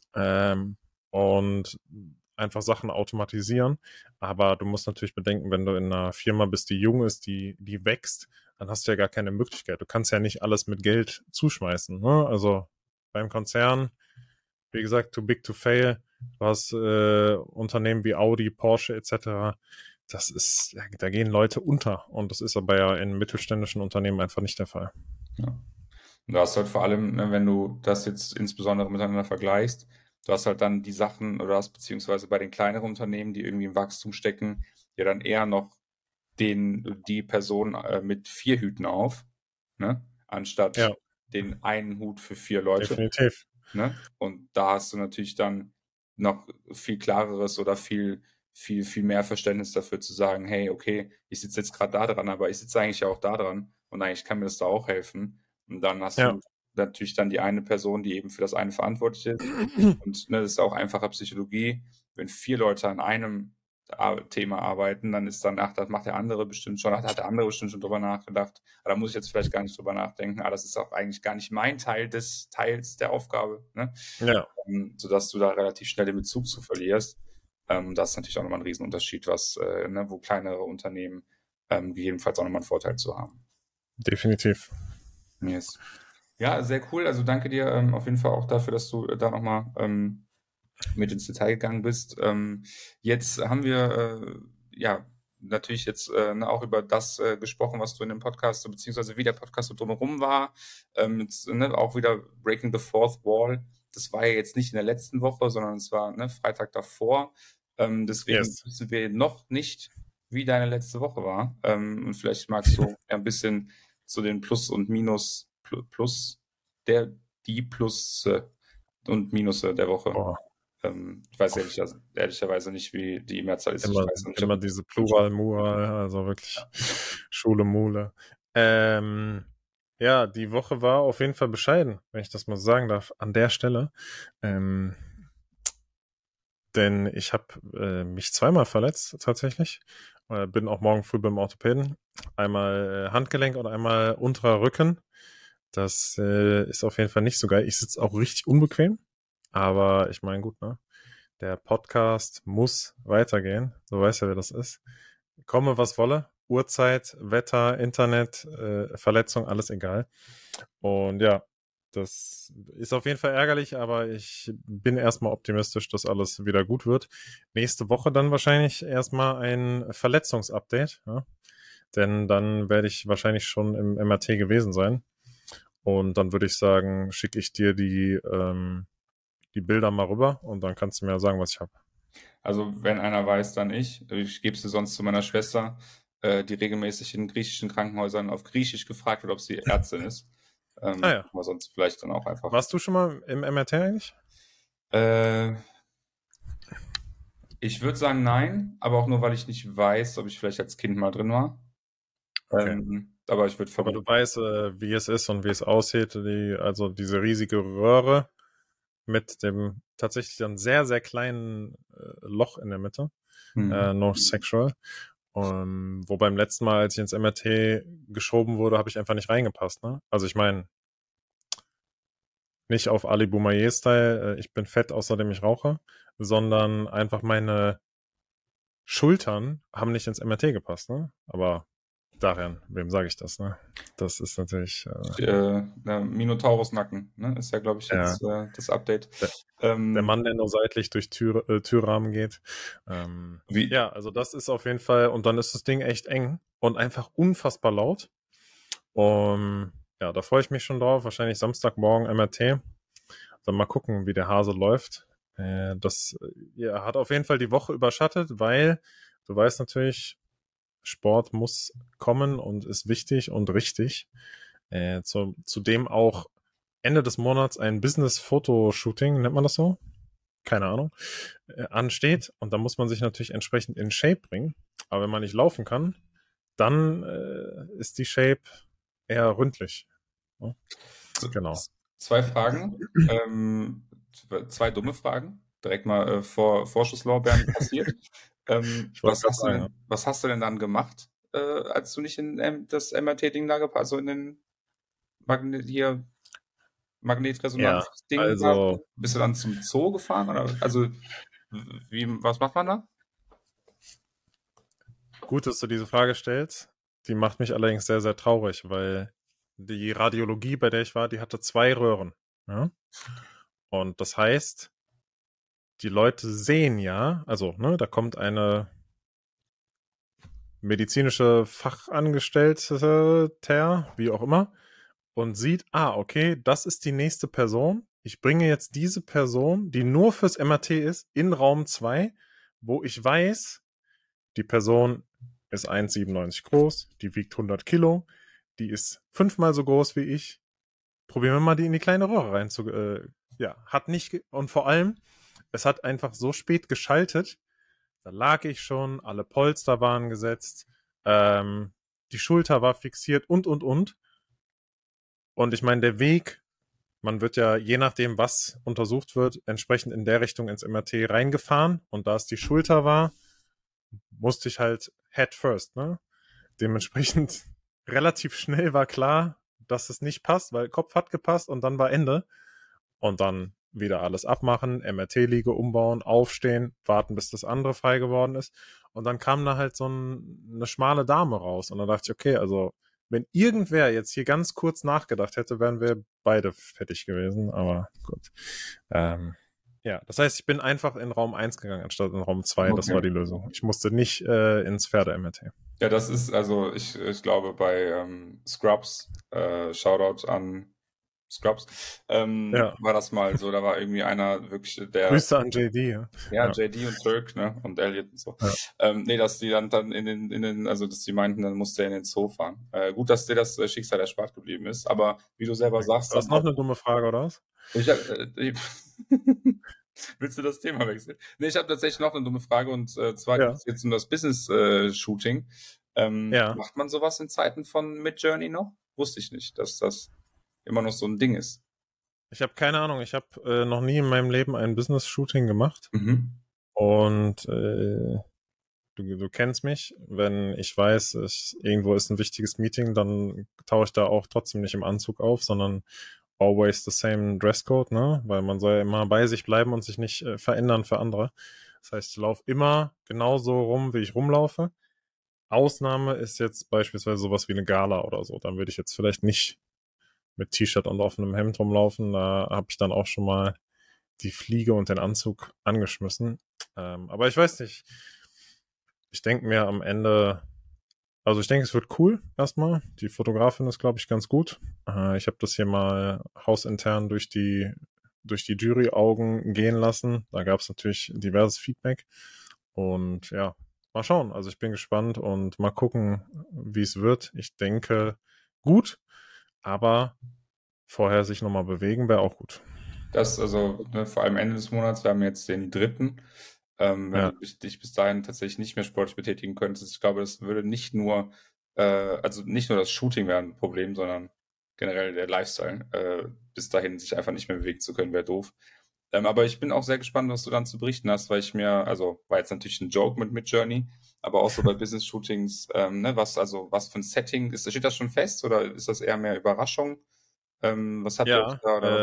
und einfach Sachen automatisieren. Aber du musst natürlich bedenken, wenn du in einer Firma bist, die jung ist, die wächst, dann hast du ja gar keine Möglichkeit. Du kannst ja nicht alles mit Geld zuschmeißen. Ne? Also beim Konzern, wie gesagt, too big to fail. Du hast Unternehmen wie Audi, Porsche etc. Das ist, ja, da gehen Leute unter. Und das ist aber ja in mittelständischen Unternehmen einfach nicht der Fall. Ja. Und du hast halt vor allem, ne, wenn du das jetzt insbesondere miteinander vergleichst, du hast halt dann die Sachen, oder hast beziehungsweise bei den kleineren Unternehmen, die irgendwie im Wachstum stecken, ja dann eher noch die Person mit 4 Hüten auf, ne? Ja, Anstatt den einen Hut für 4 Leute. definitiv. Ne? Und da hast du natürlich dann noch viel klareres oder viel mehr Verständnis dafür zu sagen, hey, okay, ich sitze jetzt gerade da dran, aber ich sitze eigentlich ja auch da dran und eigentlich kann mir das da auch helfen. Und dann hast Ja. du natürlich dann die eine Person, die eben für das eine verantwortlich ist. Und ne, das ist auch einfacher Psychologie. Wenn 4 Leute an einem Thema arbeiten, dann ist danach, das macht der andere bestimmt schon, hat der andere bestimmt schon drüber nachgedacht. Aber da muss ich jetzt vielleicht gar nicht drüber nachdenken. Aber das ist auch eigentlich gar nicht mein Teil des Teils der Aufgabe, ne? Ja, Sodass du da relativ schnell den Bezug zu verlierst. Das ist natürlich auch nochmal ein Riesenunterschied, ne, wo kleinere Unternehmen gegebenenfalls auch nochmal einen Vorteil zu haben. definitiv. Yes. Ja, sehr cool. Also danke dir auf jeden Fall auch dafür, dass du da nochmal mit ins Detail gegangen bist. Jetzt haben wir ja natürlich jetzt auch über das gesprochen, was du in dem Podcast, beziehungsweise wie der Podcast so drumherum war. Jetzt, auch wieder Breaking the Fourth Wall. Das war ja jetzt nicht in der letzten Woche, sondern es war Freitag davor. Deswegen Yes. wissen wir noch nicht, wie deine letzte Woche war. Und vielleicht magst du ja ein bisschen zu den Plus und Minus, Plus, die Plus und Minusse der Woche. Boah, Ich weiß ehrlicherweise nicht, wie die Mehrzahl ist. Ich immer, weiß noch nicht, ob immer diese Plural, Mural, also wirklich Schule, Mule. Ja, die Woche war auf jeden Fall bescheiden, wenn ich das mal so sagen darf, an der Stelle. Ähm, denn ich habe mich zweimal verletzt tatsächlich. Bin auch morgen früh beim Orthopäden. Einmal Handgelenk und einmal unterer Rücken. Das ist auf jeden Fall nicht so geil. Ich sitze auch richtig unbequem. Aber ich meine, gut, ne? Der Podcast muss weitergehen. So weiß ja, wer das ist. Komme, was wolle. Uhrzeit, Wetter, Internet, Verletzung, alles egal. Und ja, das ist auf jeden Fall ärgerlich, aber ich bin erstmal optimistisch, dass alles wieder gut wird. Nächste Woche dann wahrscheinlich erstmal ein Verletzungsupdate, ja? Denn dann werde ich wahrscheinlich schon im MRT gewesen sein. Und dann würde ich sagen, schicke ich dir die Bilder mal rüber und dann kannst du mir sagen, was ich habe. Also, wenn einer weiß, dann ich. Ich gebe sie sonst zu meiner Schwester, die regelmäßig in griechischen Krankenhäusern auf Griechisch gefragt wird, ob sie Ärztin ist. Ah ja. Aber sonst vielleicht dann auch einfach. Warst du schon mal im MRT eigentlich? Äh, Ich würde sagen nein, aber auch nur, weil ich nicht weiß, ob ich vielleicht als Kind mal drin war. Okay. Aber ich würde Aber du vermuten. weißt, wie es ist und wie es aussieht. Also diese riesige Röhre mit dem tatsächlich dann sehr, sehr kleinen Loch in der Mitte. Hm. No sexual. Wo beim letzten Mal, als ich ins MRT geschoben wurde, habe ich einfach nicht reingepasst. Ne? Also ich meine, nicht auf Ali Boumaier-Style, ich bin fett, außerdem ich rauche, sondern einfach meine Schultern haben nicht ins MRT gepasst. Ne? Aber Darian, wem sage ich das? Ne? Das ist natürlich Minotaurus-Nacken, ne? Ist ja, glaube ich, ja, jetzt das Update. der Ähm, Mann, der nur seitlich durch Türrahmen geht. wie, Ja, also das ist auf jeden Fall, und dann ist das Ding echt eng und einfach unfassbar laut. Ja, da freue ich mich schon drauf. Wahrscheinlich Samstagmorgen MRT. Dann mal gucken, wie der Hase läuft. Das ja, hat auf jeden Fall die Woche überschattet, weil du weißt natürlich, Sport muss kommen und ist wichtig und richtig. Zudem auch Ende des Monats ein Business-Fotoshooting, nennt man das so? Keine Ahnung, ansteht. Und da muss man sich natürlich entsprechend in Shape bringen. Aber wenn man nicht laufen kann, dann ist die Shape eher ründlich. Ja, genau. Zwei Fragen, zwei dumme Fragen, direkt mal Vorschusslorbeeren passiert. Ich wollte gerade sagen, Was hast du denn dann gemacht, als du nicht in das MRT-Ding da gepasst, also in den hier ja, Magnetresonanz-Ding da? also Bist du dann zum Zoo gefahren? Oder? Also, was macht man da? gut, dass du diese Frage stellst. Die macht mich allerdings sehr, sehr traurig, weil die Radiologie, bei der ich war, die hatte 2 Röhren. Ja? Und das heißt, die Leute sehen ja, also, ne, da kommt eine medizinische Fachangestellte, wie auch immer, und sieht, okay, das ist die nächste Person. Ich bringe jetzt diese Person, die nur fürs MRT ist, in Raum 2, wo ich weiß, die Person ist 1,97 groß, die wiegt 100 Kilo, die ist 5-mal so groß wie ich. Probieren wir mal, die in die kleine Röhre rein zu, ja, hat nicht, und vor allem, es hat einfach so spät geschaltet, da lag ich schon, alle Polster waren gesetzt, die Schulter war fixiert und. Und ich meine, der Weg, man wird ja, je nachdem, was untersucht wird, entsprechend in der Richtung ins MRT reingefahren. Und da es die Schulter war, musste ich halt head first, ne? Dementsprechend relativ schnell war klar, dass es nicht passt, weil Kopf hat gepasst und dann war Ende. Und dann wieder alles abmachen, MRT-Liege umbauen, aufstehen, warten, bis das andere frei geworden ist. Und dann kam da halt so eine schmale Dame raus. Und dann dachte ich, okay, also wenn irgendwer jetzt hier ganz kurz nachgedacht hätte, wären wir beide fertig gewesen, aber gut. Ja, das heißt, ich bin einfach in Raum 1 gegangen, anstatt in Raum 2. Das war Okay. die Lösung. Ich musste nicht ins Pferde-MRT. Ja, das ist, also ich glaube bei Scrubs, Shoutout an Scrubs, Ja, war das mal so, da war irgendwie einer wirklich, der, Grüße an JD. Ja, ja, ja. JD und Turk, ne, und Elliot und so. Ja. Nee, dass die dann also dass die meinten, dann musste er in den Zoo fahren. Gut, dass dir das Schicksal erspart geblieben ist, aber wie du selber sagst, Du hast dann noch auch, eine dumme Frage, oder was? ich, willst du das Thema wechseln? Nee, ich habe tatsächlich noch eine dumme Frage und zwar geht Ja. es jetzt um das Business-Shooting. Ja. Macht man sowas in Zeiten von Midjourney noch? Wusste ich nicht, dass das immer noch so ein Ding ist. Ich habe keine Ahnung. Ich habe noch nie in meinem Leben ein Business-Shooting gemacht. Mhm. Und du kennst mich. Wenn ich weiß, irgendwo ist ein wichtiges Meeting, dann tauche ich da auch trotzdem nicht im Anzug auf, sondern always the same Dresscode, ne? Weil man soll ja immer bei sich bleiben und sich nicht verändern für andere. Das heißt, ich laufe immer genauso rum, wie ich rumlaufe. Ausnahme ist jetzt beispielsweise sowas wie eine Gala oder so. Dann würde ich jetzt vielleicht nicht mit T-Shirt und offenem Hemd rumlaufen. Da habe ich dann auch schon mal die Fliege und den Anzug angeschmissen. Aber ich weiß nicht. Ich denke mir am Ende, also ich denke, es wird cool erstmal. Die Fotografin ist, glaube ich, ganz gut. Ich habe das hier mal hausintern durch die Jury-Augen gehen lassen. Da gab es natürlich diverses Feedback. Und ja, mal schauen. Also ich bin gespannt und mal gucken, wie es wird. Ich denke, gut, aber vorher sich nochmal bewegen wäre auch gut. Das, also, ne, vor allem Ende des Monats, wir haben jetzt den dritten. Wenn du Ja, dich bis dahin tatsächlich nicht mehr sportlich betätigen könntest, ich glaube, das würde nicht nur, also nicht nur das Shooting wäre ein Problem, sondern generell der Lifestyle. Bis dahin sich einfach nicht mehr bewegen zu können, wäre doof. Aber ich bin auch sehr gespannt, was du dann zu berichten hast, weil ich mir, also war jetzt natürlich ein Joke mit Midjourney, aber auch so bei Business-Shootings, ne, was für ein Setting, steht das schon fest oder ist das eher mehr Überraschung? Was habt ihr euch ja. da oder was?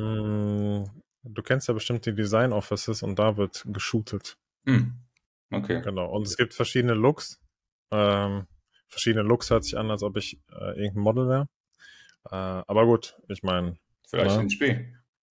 Du kennst ja bestimmt die Design Offices und da wird geshootet. Hm, okay. Genau. Und es gibt verschiedene Looks. Ähm, verschiedene Looks hört sich an, als ob ich irgendein Model wäre. Aber gut, ich meine, Vielleicht ne, in Spee.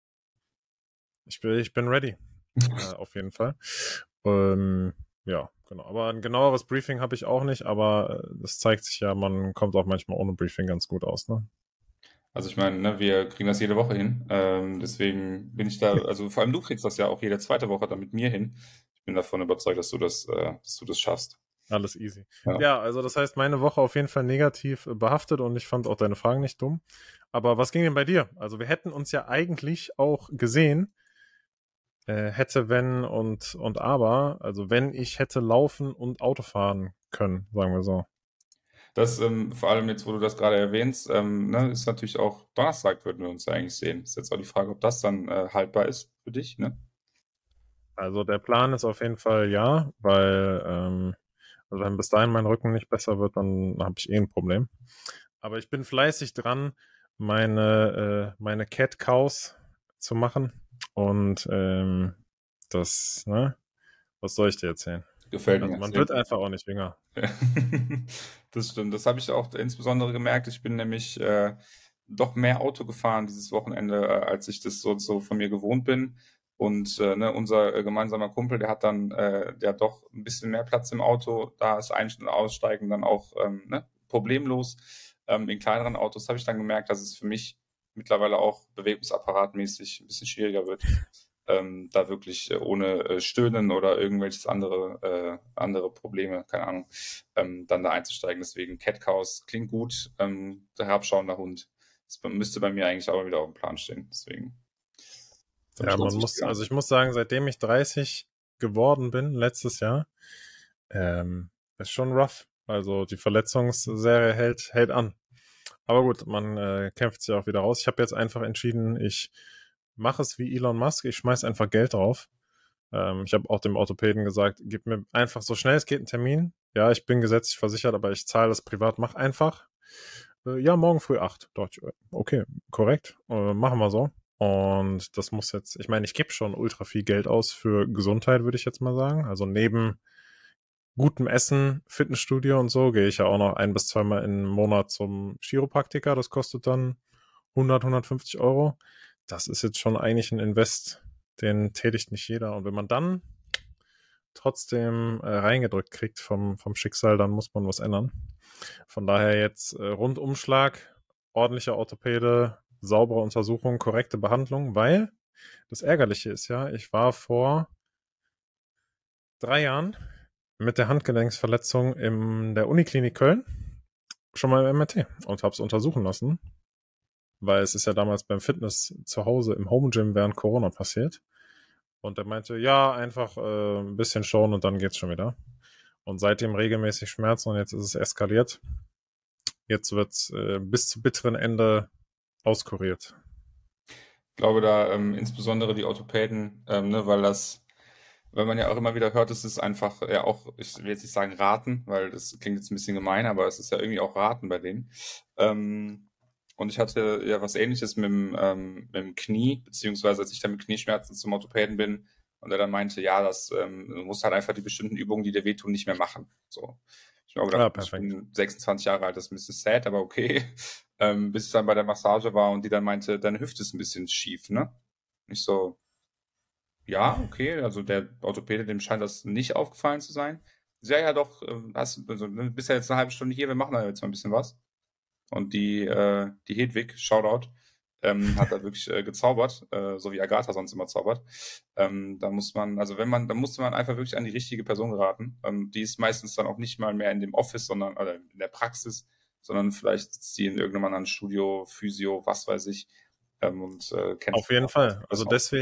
ich bin ready. Auf jeden Fall. Ähm, ja, genau. Aber ein genaueres Briefing habe ich auch nicht, aber das zeigt sich ja, man kommt auch manchmal ohne Briefing ganz gut aus, ne? Also ich meine, ne, wir kriegen das jede Woche hin. Deswegen bin ich da, also vor allem du kriegst das ja auch jede zweite Woche dann mit mir hin. Ich bin davon überzeugt, dass du das schaffst. Alles easy. Ja. Ja, also das heißt, meine Woche auf jeden Fall negativ behaftet und ich fand auch deine Fragen nicht dumm. Aber was ging denn bei dir? Also wir hätten uns ja eigentlich auch gesehen, hätte, wenn und aber. Also wenn ich hätte laufen und Auto fahren können, sagen wir so. Das, vor allem jetzt, wo du das gerade erwähnst, ne, ist natürlich auch Donnerstag würden wir uns ja eigentlich sehen. Ist jetzt auch die Frage, ob das dann haltbar ist für dich, ne? Also der Plan ist auf jeden Fall ja, weil also wenn bis dahin mein Rücken nicht besser wird, dann habe ich eh ein Problem. Aber ich bin fleißig dran, meine Cat Cows zu machen. Und ne, was soll ich dir erzählen? Gefällt Also mir. man Sehr wird gut. einfach auch nicht jünger. Ja. Das stimmt. Das habe ich auch insbesondere gemerkt. Ich bin nämlich doch mehr Auto gefahren dieses Wochenende, als ich das so von mir gewohnt bin. Und ne, unser gemeinsamer Kumpel, der hat doch ein bisschen mehr Platz im Auto. Da ist Ein- und Aussteigen dann auch ne, problemlos. In kleineren Autos habe ich dann gemerkt, dass es für mich mittlerweile auch bewegungsapparatmäßig ein bisschen schwieriger wird, da wirklich ohne Stöhnen oder irgendwelches andere Probleme, keine Ahnung, dann da einzusteigen. Deswegen Cat Cows klingt gut. Der herabschauender Hund. Das müsste bei mir eigentlich aber wieder auf dem Plan stehen. Deswegen für mich Ja, ganz wichtiger. also ich muss sagen, seitdem ich 30 geworden bin, letztes Jahr, ist schon rough. Also die Verletzungsserie hält an. Aber gut, man kämpft sich auch wieder raus. Ich habe jetzt einfach entschieden, ich mache es wie Elon Musk, ich schmeiß einfach Geld drauf. Ich habe auch dem Orthopäden gesagt, gib mir einfach so schnell es geht einen Termin. Ja, ich bin gesetzlich versichert, aber ich zahle das privat, mach einfach. Ja, morgen früh 8. Dachte ich, okay, korrekt, machen wir so. Und das muss jetzt, ich meine, ich gebe schon ultra viel Geld aus für Gesundheit, würde ich jetzt mal sagen. Also gutem Essen, Fitnessstudio und so, gehe ich ja auch noch 1 bis 2 Mal im Monat zum Chiropraktiker. Das kostet dann 150 Euro. Das ist jetzt schon eigentlich ein Invest, den tätigt nicht jeder. Und wenn man dann trotzdem reingedrückt kriegt vom Schicksal, dann muss man was ändern. Von daher jetzt Rundumschlag, ordentlicher Orthopäde, saubere Untersuchung, korrekte Behandlung, weil das Ärgerliche ist ja, ich war vor 3 Jahren mit der Handgelenksverletzung in der Uniklinik Köln schon mal im MRT und habe es untersuchen lassen, weil es ist ja damals beim Fitness zu Hause im Home Gym während Corona passiert. Und er meinte, ja, einfach ein bisschen schauen und dann geht's schon wieder. Und seitdem regelmäßig Schmerzen und jetzt ist es eskaliert. Jetzt wird's bis zum bitteren Ende auskuriert. Ich glaube da insbesondere die Orthopäden, ne, weil man ja auch immer wieder hört, es ist einfach ja auch, ich will jetzt nicht sagen raten, weil das klingt jetzt ein bisschen gemein, aber es ist ja irgendwie auch raten bei denen. Und ich hatte ja was Ähnliches mit dem Knie, beziehungsweise als ich dann mit Knieschmerzen zum Orthopäden bin und er dann meinte, ja, du musst halt einfach die bestimmten Übungen, die dir wehtun, nicht mehr machen. So. Ich habe mir auch Ah, gedacht, ich perfekt. bin 26 Jahre alt, das ist ein bisschen sad, aber okay. Bis ich dann bei der Massage war und die dann meinte, deine Hüfte ist ein bisschen schief, ne? Ich so, ja, okay, also der Orthopäde, dem scheint das nicht aufgefallen zu sein. Ja, ja, doch, also, ne, bist ja jetzt eine halbe Stunde hier, wir machen da jetzt mal ein bisschen was. Und die Hedwig, Shoutout, hat da wirklich gezaubert, so wie Agatha sonst immer zaubert. Da muss man, also da musste man einfach wirklich an die richtige Person geraten. Die ist meistens dann auch nicht mal mehr in dem Office, sondern oder in der Praxis, sondern vielleicht sitzt sie in irgendeinem anderen Studio, Physio, was weiß ich, und kennt sich Auf jeden da vielleicht Fall. Also besser aus.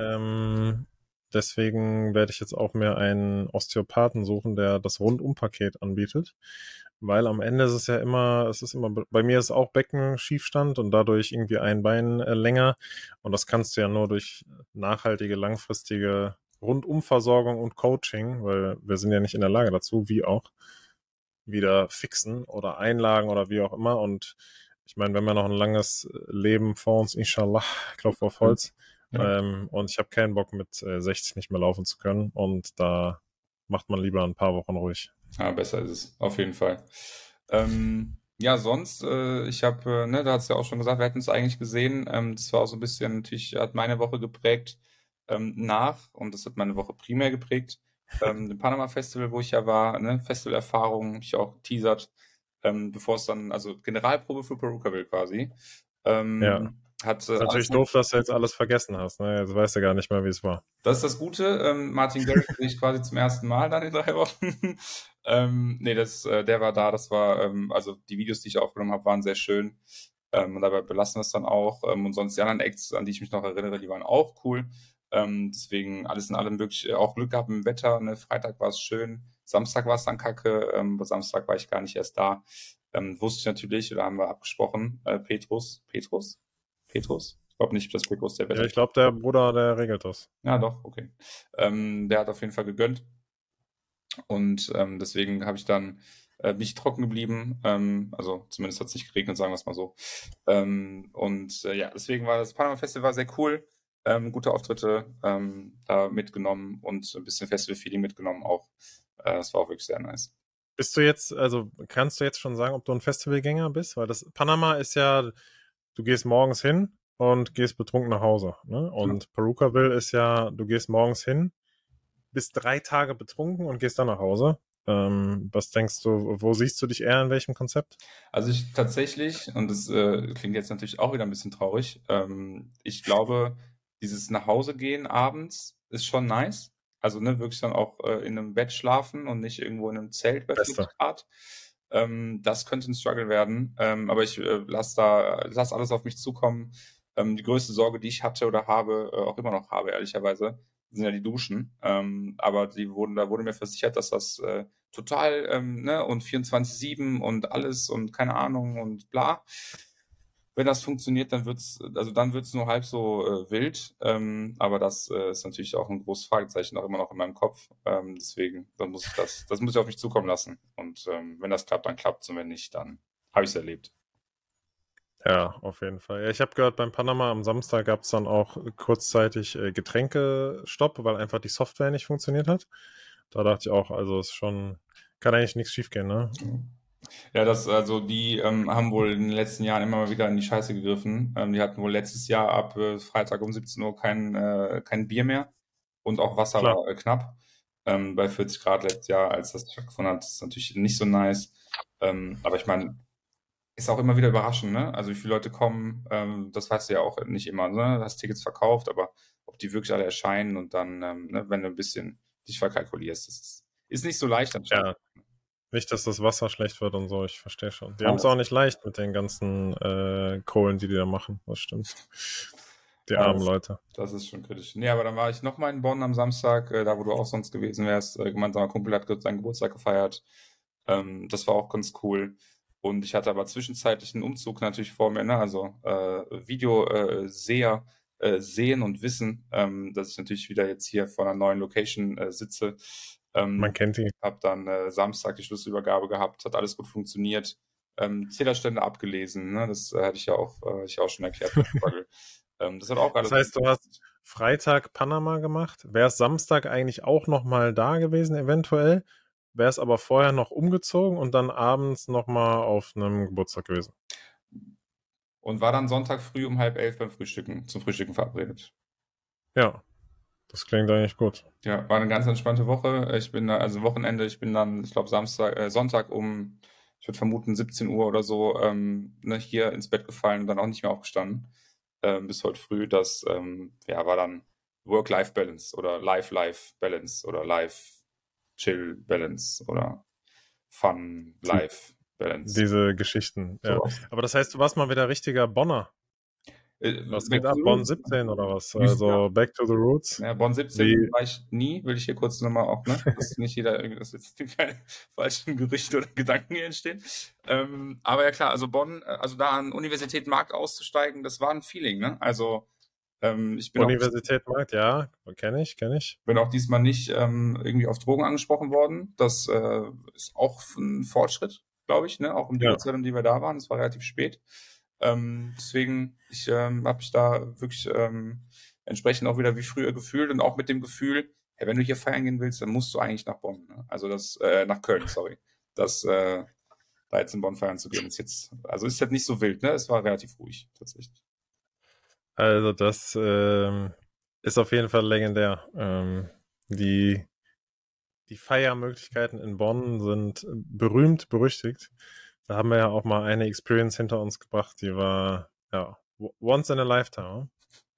deswegen werde ich jetzt auch mir einen Osteopathen suchen, der das Rundumpaket anbietet. Weil am Ende ist es ja immer, bei mir ist auch Beckenschiefstand und dadurch irgendwie ein Bein länger. Und das kannst du ja nur durch nachhaltige, langfristige Rundumversorgung und Coaching, weil wir sind ja nicht in der Lage dazu, wie auch, wieder fixen oder Einlagen oder wie auch immer. Und ich meine, wenn wir noch ein langes Leben vor uns, inshallah, Klopf auf Mhm. Holz, Ja. und ich habe keinen Bock mit 60 nicht mehr laufen zu können und da macht man lieber ein paar Wochen ruhig. Ja, besser ist es, auf jeden Fall. Ja, sonst, ne, da hat's ja auch schon gesagt, wir hatten es eigentlich gesehen. Das war auch so ein bisschen, natürlich hat meine Woche geprägt und das hat meine Woche primär geprägt. Dem Panama Festival, wo ich ja war, ne, Festivalerfahrung, hab ich auch teasert, bevor es dann, also Generalprobe für Perukaville quasi. Ja. Hat Ist alles natürlich doof, dass du jetzt alles vergessen hast. Ne? Jetzt weißt du gar nicht mehr, wie es war. Das ist das Gute. Martin Garrix sehe ich quasi zum ersten Mal dann in 3 Wochen. Nee, der war da. Also die Videos, die ich aufgenommen habe, waren sehr schön. Und dabei belassen wir es dann auch. Und sonst die anderen Acts, an die ich mich noch erinnere, die waren auch cool. Deswegen alles in allem wirklich auch Glück gehabt mit dem Wetter. Ne? Freitag war es schön. Samstag war es dann kacke. Aber Samstag war ich gar nicht erst da. Wusste ich natürlich, oder haben wir abgesprochen, Petrus? Ich glaube nicht, dass Petrus der Ja, Wetter. ich glaube, der Bruder, der regelt das. Ja, doch, okay. Der hat auf jeden Fall gegönnt und deswegen habe ich dann nicht trocken geblieben. Also zumindest hat es nicht geregnet, sagen wir es mal so. Ja, deswegen war das Panama Festival sehr cool. Gute Auftritte da mitgenommen und ein bisschen Festival-Feeling mitgenommen auch. Das war auch wirklich sehr nice. Bist du jetzt, also kannst du jetzt schon sagen, ob du ein Festivalgänger bist? Weil das Panama ist ja, du gehst morgens hin und gehst betrunken nach Hause. Ne? Ja. Und Perukaville ist ja, du gehst morgens hin, bist 3 Tage betrunken und gehst dann nach Hause. Was denkst du, wo siehst du dich eher in welchem Konzept? Also ich tatsächlich, und das klingt jetzt natürlich auch wieder ein bisschen traurig, ich glaube, dieses nach Hause gehen abends ist schon nice. Also ne, wirklich dann auch in einem Bett schlafen und nicht irgendwo in einem Zelt bei Beste. 40 Grad. Das könnte ein Struggle werden. Aber ich lass alles auf mich zukommen. Die größte Sorge, die ich hatte oder habe, auch immer noch habe, ehrlicherweise, sind ja die Duschen. Aber da wurde mir versichert, dass das total, ne, und 24/7 und alles und keine Ahnung und bla. Wenn das funktioniert, dann wird's nur halb so wild. Aber das ist natürlich auch ein großes Fragezeichen auch immer noch in meinem Kopf. Deswegen, dann das muss ich auf mich zukommen lassen. Und wenn das klappt, dann klappt's und wenn nicht, dann habe ich es erlebt. Ja, auf jeden Fall. Ja, ich habe gehört, beim Panama am Samstag gab es dann auch kurzzeitig Getränkestopp, weil einfach die Software nicht funktioniert hat. Da dachte ich auch, also ist schon, kann eigentlich nichts schiefgehen, ne? Ja, also die haben wohl in den letzten Jahren immer mal wieder in die Scheiße gegriffen. Die hatten wohl letztes Jahr ab Freitag um 17 Uhr kein Bier mehr und auch Wasser Klar. war knapp. Bei 40 Grad letztes Jahr, als das stattgefunden hat, ist natürlich nicht so nice. Aber ich meine, ist auch immer wieder überraschend, ne? Also wie viele Leute kommen, das weißt du ja auch nicht immer, ne? Du hast Tickets verkauft, aber ob die wirklich alle erscheinen und dann, ne, wenn du ein bisschen dich verkalkulierst, ist nicht so leicht anscheinend. Ja, nicht, dass das Wasser schlecht wird und so, ich verstehe schon. Die Ja, haben es auch nicht leicht mit den ganzen Kohlen, die da machen, das stimmt. Die ja, armen Leute. das ist schon kritisch. Nee, aber dann war ich nochmal in Bonn am Samstag, da wo du auch sonst gewesen wärst. Gemeinsamer Kumpel hat seinen Geburtstag gefeiert. Das war auch ganz cool. Und ich hatte aber zwischenzeitlich einen Umzug natürlich vor mir, ne? Also Videoseher sehen und wissen, dass ich natürlich wieder jetzt hier vor einer neuen Location sitze. Man kennt die. Habe dann Samstag die Schlüsselübergabe gehabt, hat alles gut funktioniert. Zählerstände abgelesen, ne? Das hatte ich auch schon erklärt. Das hat auch Das alles gut heißt, du hast Freitag Panama gemacht, wärst Samstag eigentlich auch nochmal da gewesen, eventuell, wärst aber vorher noch umgezogen und dann abends nochmal auf einem Geburtstag gewesen. und war dann Sonntag früh um 10:30 beim Frühstücken, zum Frühstücken verabredet. Ja, das klingt eigentlich gut. Ja, war eine ganz entspannte Woche. Ich bin da, also Wochenende, ich bin dann, ich glaube, Sonntag um, ich würde vermuten, 17 Uhr oder so, ne, hier ins Bett gefallen und dann auch nicht mehr aufgestanden. Bis heute früh. Das ja, war dann Work-Life-Balance oder Life-Life-Balance oder Life-Chill-Balance oder Die, Fun-Life-Balance. diese Geschichten, ja. Sowas. Aber das heißt, du warst mal wieder richtiger Bonner. Was Back geht to ab? the Bonn Roots. 17 oder was? Ja, Also back to the roots. ja, Bonn 17 Wie, war ich nie, will ich hier kurz nochmal auch, ne? Dass nicht jeder, dass jetzt keine falschen Gerüchte oder Gedanken hier entstehen. Aber ja klar, also Bonn, also da an Universität Markt auszusteigen, das war ein Feeling, ne? Also ich Universität Markt, ja, kenne ich. bin auch diesmal nicht irgendwie auf Drogen angesprochen worden. Das ist auch ein Fortschritt, glaube ich, ne? Auch um die Ja. Uhrzeit, um die wir da waren. Es war relativ spät. Deswegen, ich habe mich da wirklich entsprechend auch wieder wie früher gefühlt und auch mit dem Gefühl, hey, wenn du hier feiern gehen willst, dann musst du eigentlich nach Bonn. Ne? Also nach Köln, sorry. Da jetzt in Bonn feiern zu gehen, also ist jetzt nicht so wild, ne? Es war relativ ruhig, tatsächlich. Also das ist auf jeden Fall legendär. Die, die Feiermöglichkeiten in Bonn sind berühmt, berüchtigt. Da haben wir ja auch mal eine Experience hinter uns gebracht, die war ja once in a lifetime.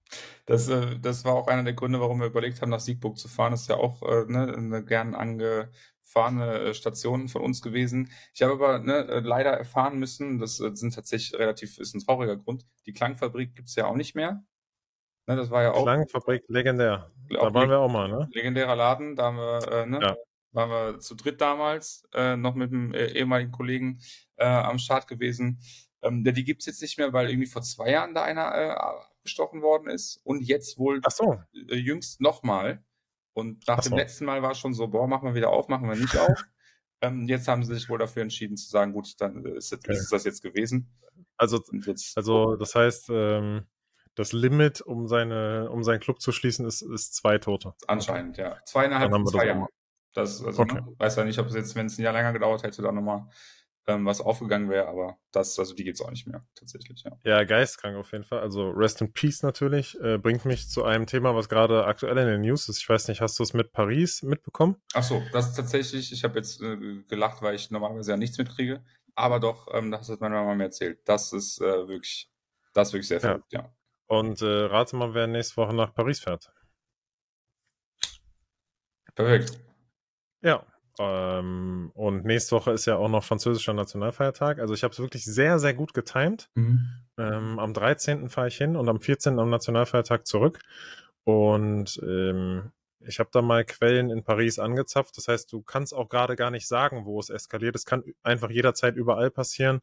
Das war auch einer der Gründe, warum wir überlegt haben, nach Siegburg zu fahren. Das ist ja auch ne, eine gern angefahrene Station von uns gewesen. Ich habe aber leider erfahren müssen, das ist ein trauriger Grund, die Klangfabrik gibt's ja auch nicht mehr. Ne, das war ja Klangfabrik, legendär. auch Da waren wir auch mal, ne? legendärer Laden. Da haben wir, Ja. waren wir zu dritt damals, noch mit einem ehemaligen Kollegen am Start gewesen. Die gibt's jetzt nicht mehr, weil irgendwie vor 2 Jahren da einer abgestochen worden ist und jetzt wohl Ach so. jüngst nochmal. Und nach Ach dem so. letzten Mal war es schon so, boah, machen wir wieder auf, machen wir nicht auf. Jetzt haben sie sich wohl dafür entschieden zu sagen, gut, dann ist Okay. es das jetzt gewesen. Also, Und jetzt, das heißt, das Limit, um seinen Club zu schließen, ist 2 Tote. anscheinend, ja. 2,5 Dann haben bis wir das 2 auch mal. Jahre. Also, Okay. ne, weiß ja nicht, ob es jetzt, wenn es ein Jahr länger gedauert hätte, da nochmal was aufgegangen wäre, aber also die gibt's auch nicht mehr, tatsächlich, ja. Ja, geistkrank auf jeden Fall. Also Rest in Peace natürlich. Bringt mich zu einem Thema, was gerade aktuell in den News ist. Ich weiß nicht, hast du es mit Paris mitbekommen? Ach so, das ist tatsächlich, ich habe jetzt gelacht, weil ich normalerweise ja nichts mitkriege, aber doch, das hat meine Mama mir erzählt. Das ist wirklich sehr Ja. verrückt, ja. Und rate mal, wer nächste Woche nach Paris fährt. Perfekt. Ja. Und nächste Woche ist ja auch noch französischer Nationalfeiertag. Also ich habe es wirklich sehr, sehr gut getimt. Am 13. fahre ich hin und am 14. am Nationalfeiertag zurück. Und ich habe da mal Quellen in Paris angezapft. Das heißt, du kannst auch gerade gar nicht sagen, wo es eskaliert. Es kann einfach jederzeit überall passieren.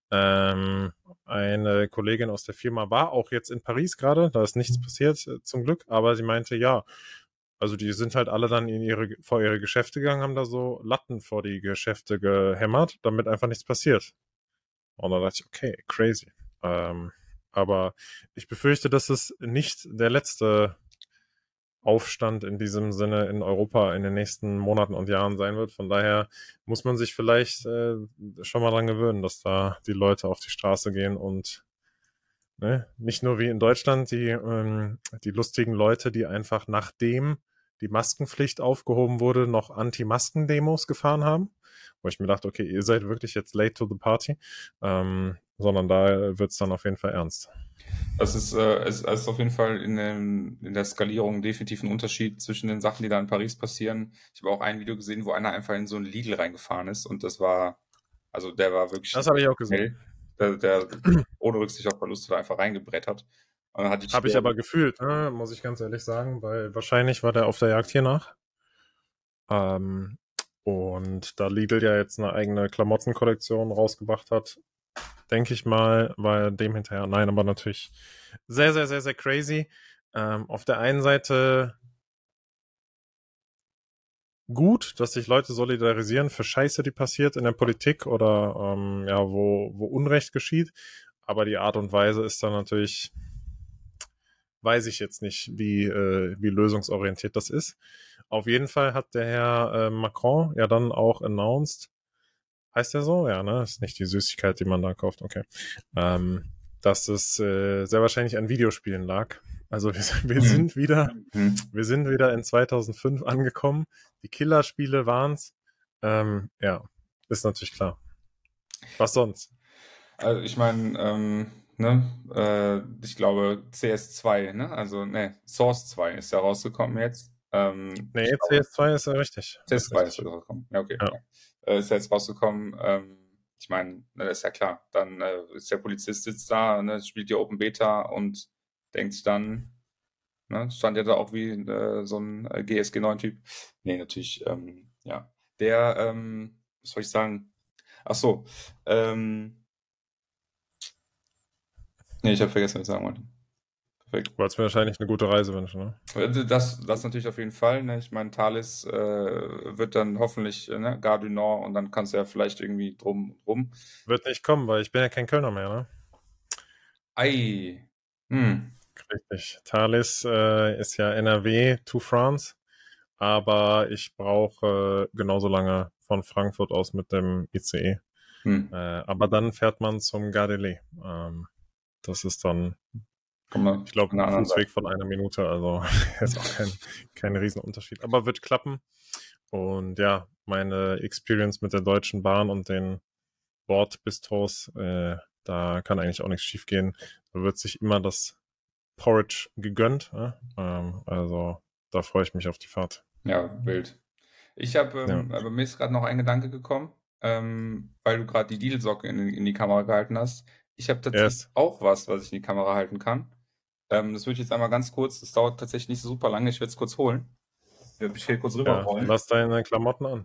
Eine Kollegin aus der Firma war auch jetzt in Paris gerade. Da ist nichts passiert, zum Glück. Aber sie meinte, ja, also die sind halt alle dann vor ihre Geschäfte gegangen, haben da so Latten vor die Geschäfte gehämmert, damit einfach nichts passiert. Und dann dachte ich, okay, crazy. Aber ich befürchte, dass es nicht der letzte Aufstand in diesem Sinne in Europa in den nächsten Monaten und Jahren sein wird. Von daher muss man sich vielleicht schon mal dran gewöhnen, dass da die Leute auf die Straße gehen und ne, nicht nur wie in Deutschland die lustigen Leute, die einfach nachdem die Maskenpflicht aufgehoben wurde, noch Anti-Masken-Demos gefahren haben, wo ich mir dachte, okay, ihr seid wirklich jetzt late to the party, sondern da wird's dann auf jeden Fall ernst. Es ist auf jeden Fall in der Skalierung definitiv ein Unterschied zwischen den Sachen, die da in Paris passieren. Ich habe auch ein Video gesehen, wo einer einfach in so ein Lidl reingefahren ist und also der war wirklich Das habe ich auch gesehen. schnell, der ohne Rücksicht auf Verluste da einfach reingebrettert. Und dann hatte ich Habe ich aber gefühlt, ne, muss ich ganz ehrlich sagen, weil wahrscheinlich war der auf der Jagd hiernach. Und da Lidl ja jetzt eine eigene Klamottenkollektion rausgebracht hat, denke ich mal, war er dem hinterher. Nein, aber natürlich sehr, sehr, sehr, sehr crazy. Auf der einen Seite gut, dass sich Leute solidarisieren für Scheiße, die passiert in der Politik oder ja, wo Unrecht geschieht. Aber die Art und Weise ist dann natürlich, weiß ich jetzt nicht, wie lösungsorientiert das ist. Auf jeden Fall hat der Herr Macron ja dann auch announced, heißt der so? Ja, ne? Ist nicht die Süßigkeit, die man da kauft, okay. Dass es sehr wahrscheinlich an Videospielen lag. Also wir sind wieder in 2005 angekommen. Die Killerspiele waren's. Ja, ist natürlich klar. Was sonst? Also ich meine, ich glaube CS2, ne? Also, ne, Source 2 ist ja rausgekommen jetzt. Nee, Ich glaube, CS2 ist ja richtig. CS2 ist ja rausgekommen. Ja, okay. Ja. Ja. Ist ja jetzt rausgekommen. Ich meine, ne, das ist ja klar. Dann ist der Polizist sitzt da, ne, spielt die Open Beta und denkt dann, ne, stand ja da auch wie so ein GSG-9-Typ. Nee, natürlich, ja. Was soll ich sagen? Ach so, nee, ich habe vergessen, was ich sagen wollte. Perfekt. Du wolltest mir wahrscheinlich eine gute Reise wünschen, ne? Das natürlich auf jeden Fall. Ne? Ich meine, Thales wird dann hoffentlich Gare du Nord und dann kannst du ja vielleicht irgendwie drum rum. Wird nicht kommen, weil ich bin ja kein Kölner mehr, ne? Ei. Hm. Richtig. Thalys ist ja NRW to France, aber ich brauche genauso lange von Frankfurt aus mit dem ICE. Hm. Aber dann fährt man zum Gare de Lay. Das ist dann, ich glaube, ein Fußweg von 1 Minute, also ist auch kein Riesenunterschied. Aber wird klappen. Und ja, meine Experience mit der Deutschen Bahn und den Bordbistros, da kann eigentlich auch nichts schief gehen. Da wird sich immer das Porridge gegönnt. Also da freue ich mich auf die Fahrt. Ja, wild. Ich habe, aber mir ist gerade noch ein Gedanke gekommen, weil du gerade die Lidl-Socke in die Kamera gehalten hast. Ich habe tatsächlich auch was ich in die Kamera halten kann. Das würde ich jetzt einmal ganz kurz, das dauert tatsächlich nicht so super lange, ich werde es kurz holen. Ich will kurz rüberrollen. Lass deine Klamotten an.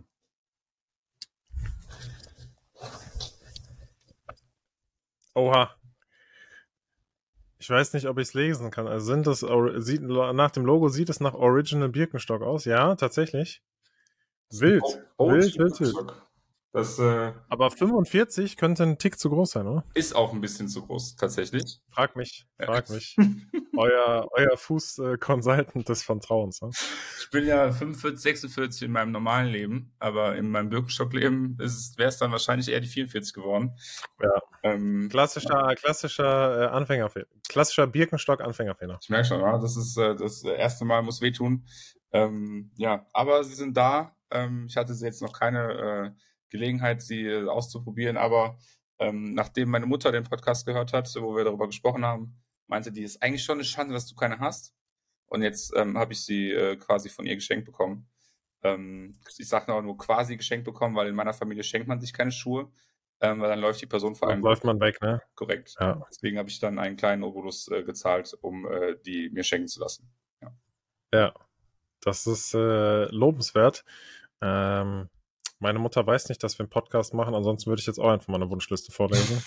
Oha. Ich weiß nicht, ob ich es lesen kann. Also nach dem Logo sieht es nach Original Birkenstock aus. Ja, tatsächlich. Wild. Wild. Aber 45 könnte ein Tick zu groß sein, oder? Ist auch ein bisschen zu groß, tatsächlich. Frag mich. Euer Fuß-Consultant des Vertrauens. Ne? Ich bin ja 45, 46 in meinem normalen Leben, aber in meinem Birkenstock-Leben wäre es dann wahrscheinlich eher die 44 geworden. Ja. Klassischer Anfängerfehler. Klassischer Birkenstock-Anfängerfehler. Ich merke schon, ja, das ist das erste Mal, muss wehtun. Ja, aber sie sind da. Ich hatte jetzt noch keine Gelegenheit, sie auszuprobieren, aber nachdem meine Mutter den Podcast gehört hat, wo wir darüber gesprochen haben, meinte die, ist eigentlich schon eine Schande, dass du keine hast. Und jetzt habe ich sie quasi von ihr geschenkt bekommen. Ich sage aber nur quasi geschenkt bekommen, weil in meiner Familie schenkt man sich keine Schuhe, weil dann läuft die Person vor allem. Läuft man weg, ne? Korrekt. Ja. Deswegen habe ich dann einen kleinen Obolus gezahlt, um die mir schenken zu lassen. Ja, das ist lobenswert. Meine Mutter weiß nicht, dass wir einen Podcast machen, ansonsten würde ich jetzt auch einfach mal eine Wunschliste vorlesen.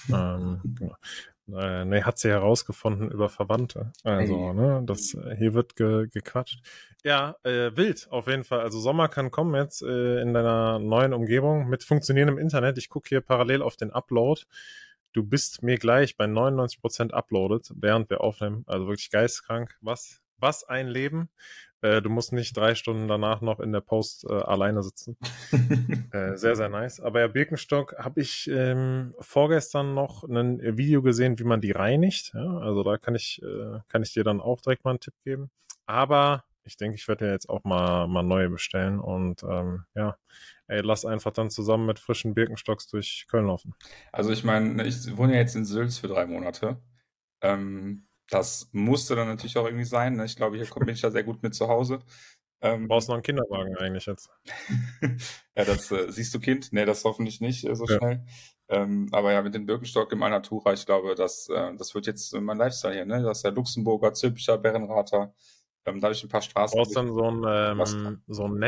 Nee, hat sie herausgefunden über Verwandte. Also, ne, hier wird gequatscht. Ja, wild, auf jeden Fall. Also Sommer kann kommen jetzt in deiner neuen Umgebung mit funktionierendem Internet. Ich gucke hier parallel auf den Upload. Du bist mir gleich bei 99% uploaded, während wir aufnehmen. Also wirklich geisteskrank. Was ein Leben. Du musst nicht 3 Stunden danach noch in der Post alleine sitzen. Sehr, sehr nice. Aber ja, Birkenstock habe ich vorgestern noch ein Video gesehen, wie man die reinigt. Ja, also da kann ich dir dann auch direkt mal einen Tipp geben. Aber ich denke, ich werde ja jetzt auch mal neue bestellen und ja, ey, lass einfach dann zusammen mit frischen Birkenstocks durch Köln laufen. Also ich meine, ich wohne ja jetzt in Sülz für 3 Monate. Das musste dann natürlich auch irgendwie sein. Ne? Ich glaube, bin ich da sehr gut mit zu Hause. Brauchst Ähm, noch einen Kinderwagen eigentlich jetzt. ja, das siehst du Kind? Nee, das hoffentlich nicht so Ja. schnell. Aber ja, mit dem Birkenstock im Alnatura, ich glaube, das wird jetzt mein Lifestyle hier. Ne? Das ist ja Luxemburger, Zülpicher, Berrenrather. Da habe ich ein paar Straßen. Brauchst dann so ein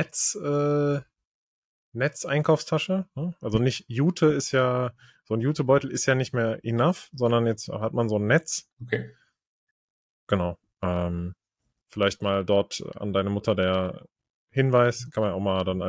Netz-Einkaufstasche. Ne? Also nicht Jute ist ja, so ein Jutebeutel ist ja nicht mehr enough, sondern jetzt hat man so ein Netz. Okay. Genau. Vielleicht mal dort an deine Mutter der Hinweis, kann man auch mal dann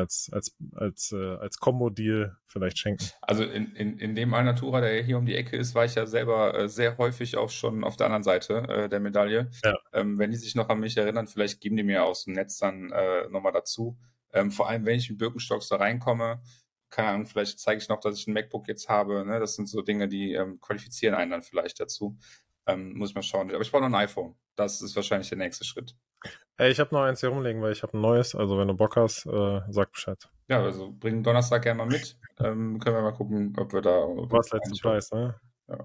als Combo-Deal vielleicht schenken. Also in dem Alnatura, der hier um die Ecke ist, war ich ja selber sehr häufig auch schon auf der anderen Seite der Medaille. Ja. Wenn die sich noch an mich erinnern, vielleicht geben die mir aus dem Netz dann nochmal dazu. Vor allem, wenn ich mit Birkenstocks da reinkomme, keine Ahnung, vielleicht zeige ich noch, dass ich ein MacBook jetzt habe. Ne? Das sind so Dinge, die qualifizieren einen dann vielleicht dazu. Muss ich mal schauen. Aber ich brauche noch ein iPhone. Das ist wahrscheinlich der nächste Schritt. Ey, ich habe noch eins hier rumliegen, weil ich habe ein neues. Also wenn du Bock hast, sag Bescheid. Ja, also bring Donnerstag gerne mal mit. Können wir mal gucken, ob wir da Was letzter Preis, ne? ja.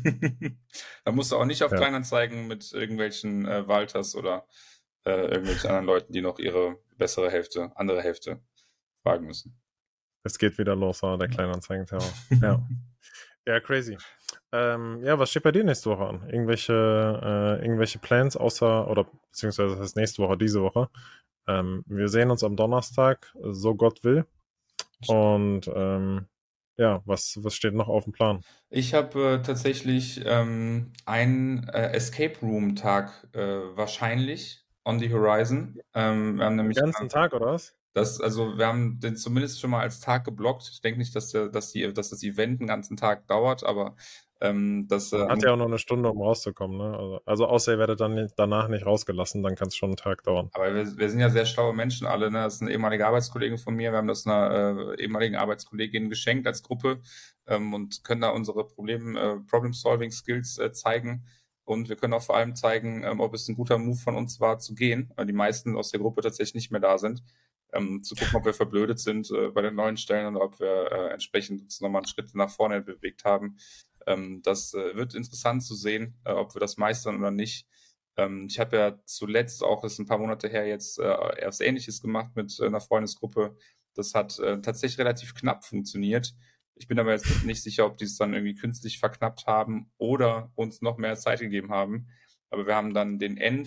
Da musst du auch nicht auf Ja. Kleinanzeigen mit irgendwelchen Walters oder irgendwelchen anderen Leuten, die noch ihre andere Hälfte fragen müssen. Es geht wieder los, der Kleinanzeigenterror. Ja. Ja, crazy. Ja, was steht bei dir nächste Woche an? Irgendwelche Plans oder beziehungsweise das heißt nächste Woche, diese Woche. Wir sehen uns am Donnerstag, so Gott will. Und ja, was steht noch auf dem Plan? Ich habe tatsächlich einen Escape Room Tag wahrscheinlich on the horizon. Wir haben Den nämlich ganzen Tag, oder was? also wir haben den zumindest schon mal als Tag geblockt. Ich denke nicht, dass das Event einen ganzen Tag dauert, aber das Man hat ja auch noch eine Stunde, um rauszukommen, ne? Also außer ihr werdet dann danach nicht rausgelassen, dann kann es schon einen Tag dauern. Aber wir sind ja sehr schlaue Menschen alle, ne? Das ist eine ehemalige Arbeitskollegin von mir. Wir haben das einer ehemaligen Arbeitskollegin geschenkt als Gruppe und können da unsere Problem-Solving-Skills zeigen. Und wir können auch vor allem zeigen, ob es ein guter Move von uns war, zu gehen, weil die meisten aus der Gruppe tatsächlich nicht mehr da sind. Zu gucken, ob wir verblödet sind bei den neuen Stellen oder ob wir entsprechend uns nochmal einen Schritt nach vorne bewegt haben. Das wird interessant zu sehen, ob wir das meistern oder nicht. Ich habe ja zuletzt auch, ist ein paar Monate her, jetzt erst Ähnliches gemacht mit einer Freundesgruppe. Das hat tatsächlich relativ knapp funktioniert. Ich bin aber jetzt nicht sicher, ob die es dann irgendwie künstlich verknappt haben oder uns noch mehr Zeit gegeben haben. Aber wir haben dann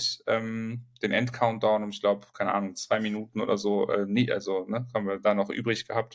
den End-Countdown um, ich glaube, keine Ahnung, 2 Minuten oder so, also haben wir da noch übrig gehabt.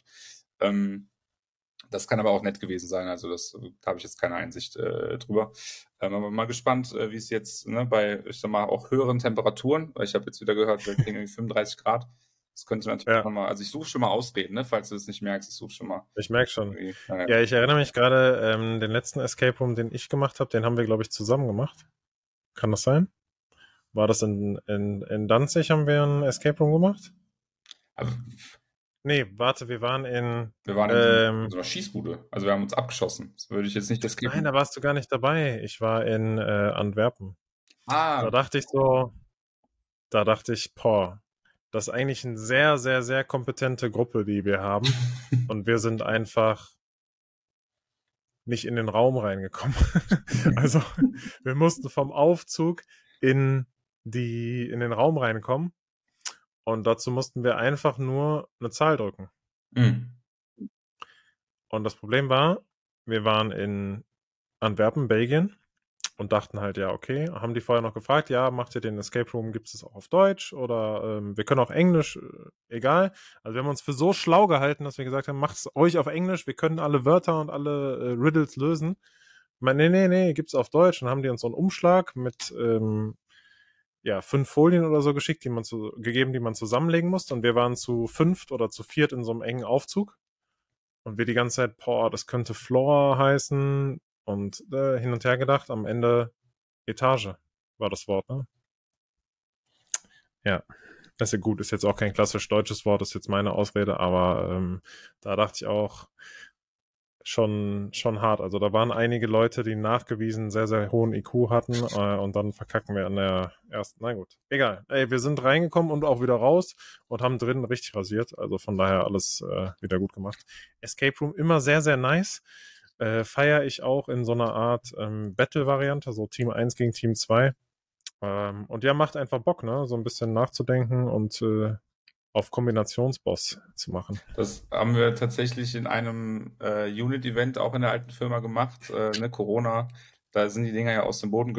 Das kann aber auch nett gewesen sein, also da habe ich jetzt keine Einsicht drüber. Aber mal gespannt, wie es jetzt bei, ich sag mal, auch höheren Temperaturen, weil ich habe jetzt wieder gehört, wir kriegen irgendwie 35 Grad. Das könnte natürlich Ja, nochmal, also ich suche schon mal Ausreden, ne, falls du es nicht merkst, ich suche schon mal ich merke schon. irgendwie. Ja, ich erinnere mich gerade, den letzten Escape Room, den ich gemacht habe, den haben wir, glaube ich, zusammen gemacht. Kann das sein? War das in Danzig, haben wir einen Escape Room gemacht? Aber Nee, warte, wir waren in. wir waren in so einer Schießbude, also wir haben uns abgeschossen. Das würde ich jetzt nicht Nein, escapen. da warst du gar nicht dabei. Ich war in Antwerpen. Ah, Da dachte ich so, da dachte ich, boah, das ist eigentlich eine sehr, sehr, sehr kompetente Gruppe, die wir haben. Und wir sind einfach nicht in den Raum reingekommen. Also, wir mussten vom Aufzug in den Raum reinkommen. Und dazu mussten wir einfach nur eine Zahl drücken. hm. Und das Problem war, wir waren in Antwerpen, Belgien und dachten halt, ja, okay, haben die vorher noch gefragt, ja, macht ihr den Escape Room, gibt es das auch auf Deutsch oder wir können auch Englisch, egal. Also wir haben uns für so schlau gehalten, dass wir gesagt haben, macht es euch auf Englisch, wir können alle Wörter und alle Riddles lösen. Ich meine, nee, gibt's auf Deutsch. Und haben die uns so einen Umschlag mit ja, 5 Folien oder so geschickt, gegeben, die man zusammenlegen musste. Und wir waren zu 5 oder zu 4 in so einem engen Aufzug. Und wir die ganze Zeit, boah, das könnte Floor heißen und hin und her gedacht. Am Ende Etage war das Wort, ne? Ja. Das ist ja gut, ist jetzt auch kein klassisch deutsches Wort, ist jetzt meine Ausrede, aber da dachte ich auch, schon hart. Also da waren einige Leute, die nachgewiesen sehr, sehr hohen IQ hatten und dann verkacken wir an der ersten. Na gut, egal. Ey, wir sind reingekommen und auch wieder raus und haben drinnen richtig rasiert. Also von daher alles wieder gut gemacht. Escape Room immer sehr, sehr nice. Feiere ich auch in so einer Art Battle-Variante, so Team 1 gegen Team 2. Und ja, macht einfach Bock, ne? So ein bisschen nachzudenken und auf Kombinationsboss zu machen. Das haben wir tatsächlich in einem Unit-Event auch in der alten Firma gemacht, ne, Corona. Da sind die Dinger ja aus dem Boden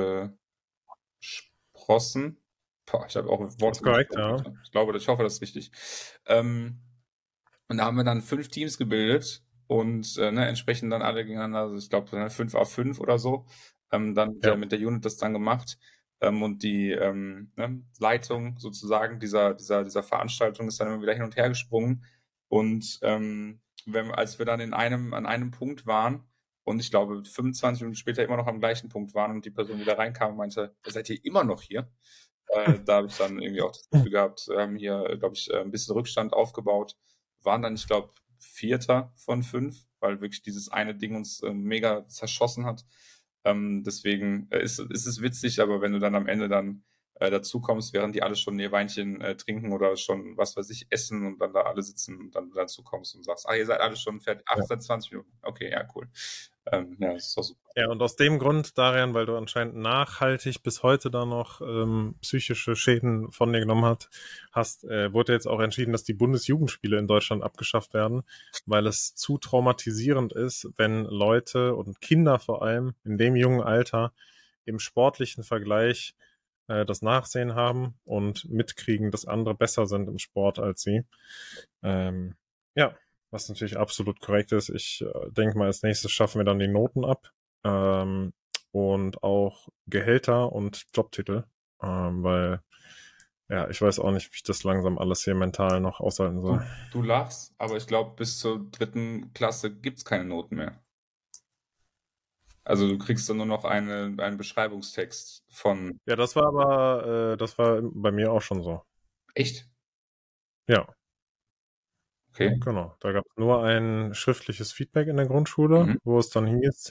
gesprossen. Boah, ich habe auch Das Wort ist korrekt, ja. Ich hoffe, das ist richtig. Und da haben wir dann 5 Teams gebildet und ne, entsprechend dann alle gegeneinander, also ich glaube 5 auf 5 oder so. Dann Ja. mit der Unit das dann gemacht. Und die ne, Leitung sozusagen dieser Veranstaltung ist dann immer wieder hin und her gesprungen. Und als wir dann an einem Punkt waren und ich glaube 25 Minuten später immer noch am gleichen Punkt waren und die Person wieder reinkam und meinte, seid ihr immer noch hier? Da habe ich dann irgendwie auch das Gefühl gehabt, wir haben hier, glaube ich, ein bisschen Rückstand aufgebaut. Waren dann, ich glaube, Vierter von 5, weil wirklich dieses eine Ding uns mega zerschossen hat. Deswegen ist es witzig, aber wenn du dann am Ende dann dazu kommst, während die alle schon ihr Weinchen trinken oder schon, was weiß ich, essen und dann da alle sitzen und dann dazu kommst und sagst, ihr seid alle schon fertig, seit 20 Minuten. Okay, ja, cool. Ja, das ist doch super. Ja, und aus dem Grund, Darian, weil du anscheinend nachhaltig bis heute da noch psychische Schäden von dir genommen hast, wurde jetzt auch entschieden, dass die Bundesjugendspiele in Deutschland abgeschafft werden, weil es zu traumatisierend ist, wenn Leute und Kinder vor allem in dem jungen Alter im sportlichen Vergleich das Nachsehen haben und mitkriegen, dass andere besser sind im Sport als sie. Ja, was natürlich absolut korrekt ist. Ich denke mal, als nächstes schaffen wir dann die Noten ab und auch Gehälter und Jobtitel, weil ja, ich weiß auch nicht, wie ich das langsam alles hier mental noch aushalten soll. Du lachst, aber ich glaube, bis zur 3. Klasse gibt's keine Noten mehr. Also du kriegst dann nur noch einen Beschreibungstext von. Ja, das war aber, das war bei mir auch schon so. Echt? Ja, Okay. genau. Da gab es nur ein schriftliches Feedback in der Grundschule, Mhm. wo es dann hieß,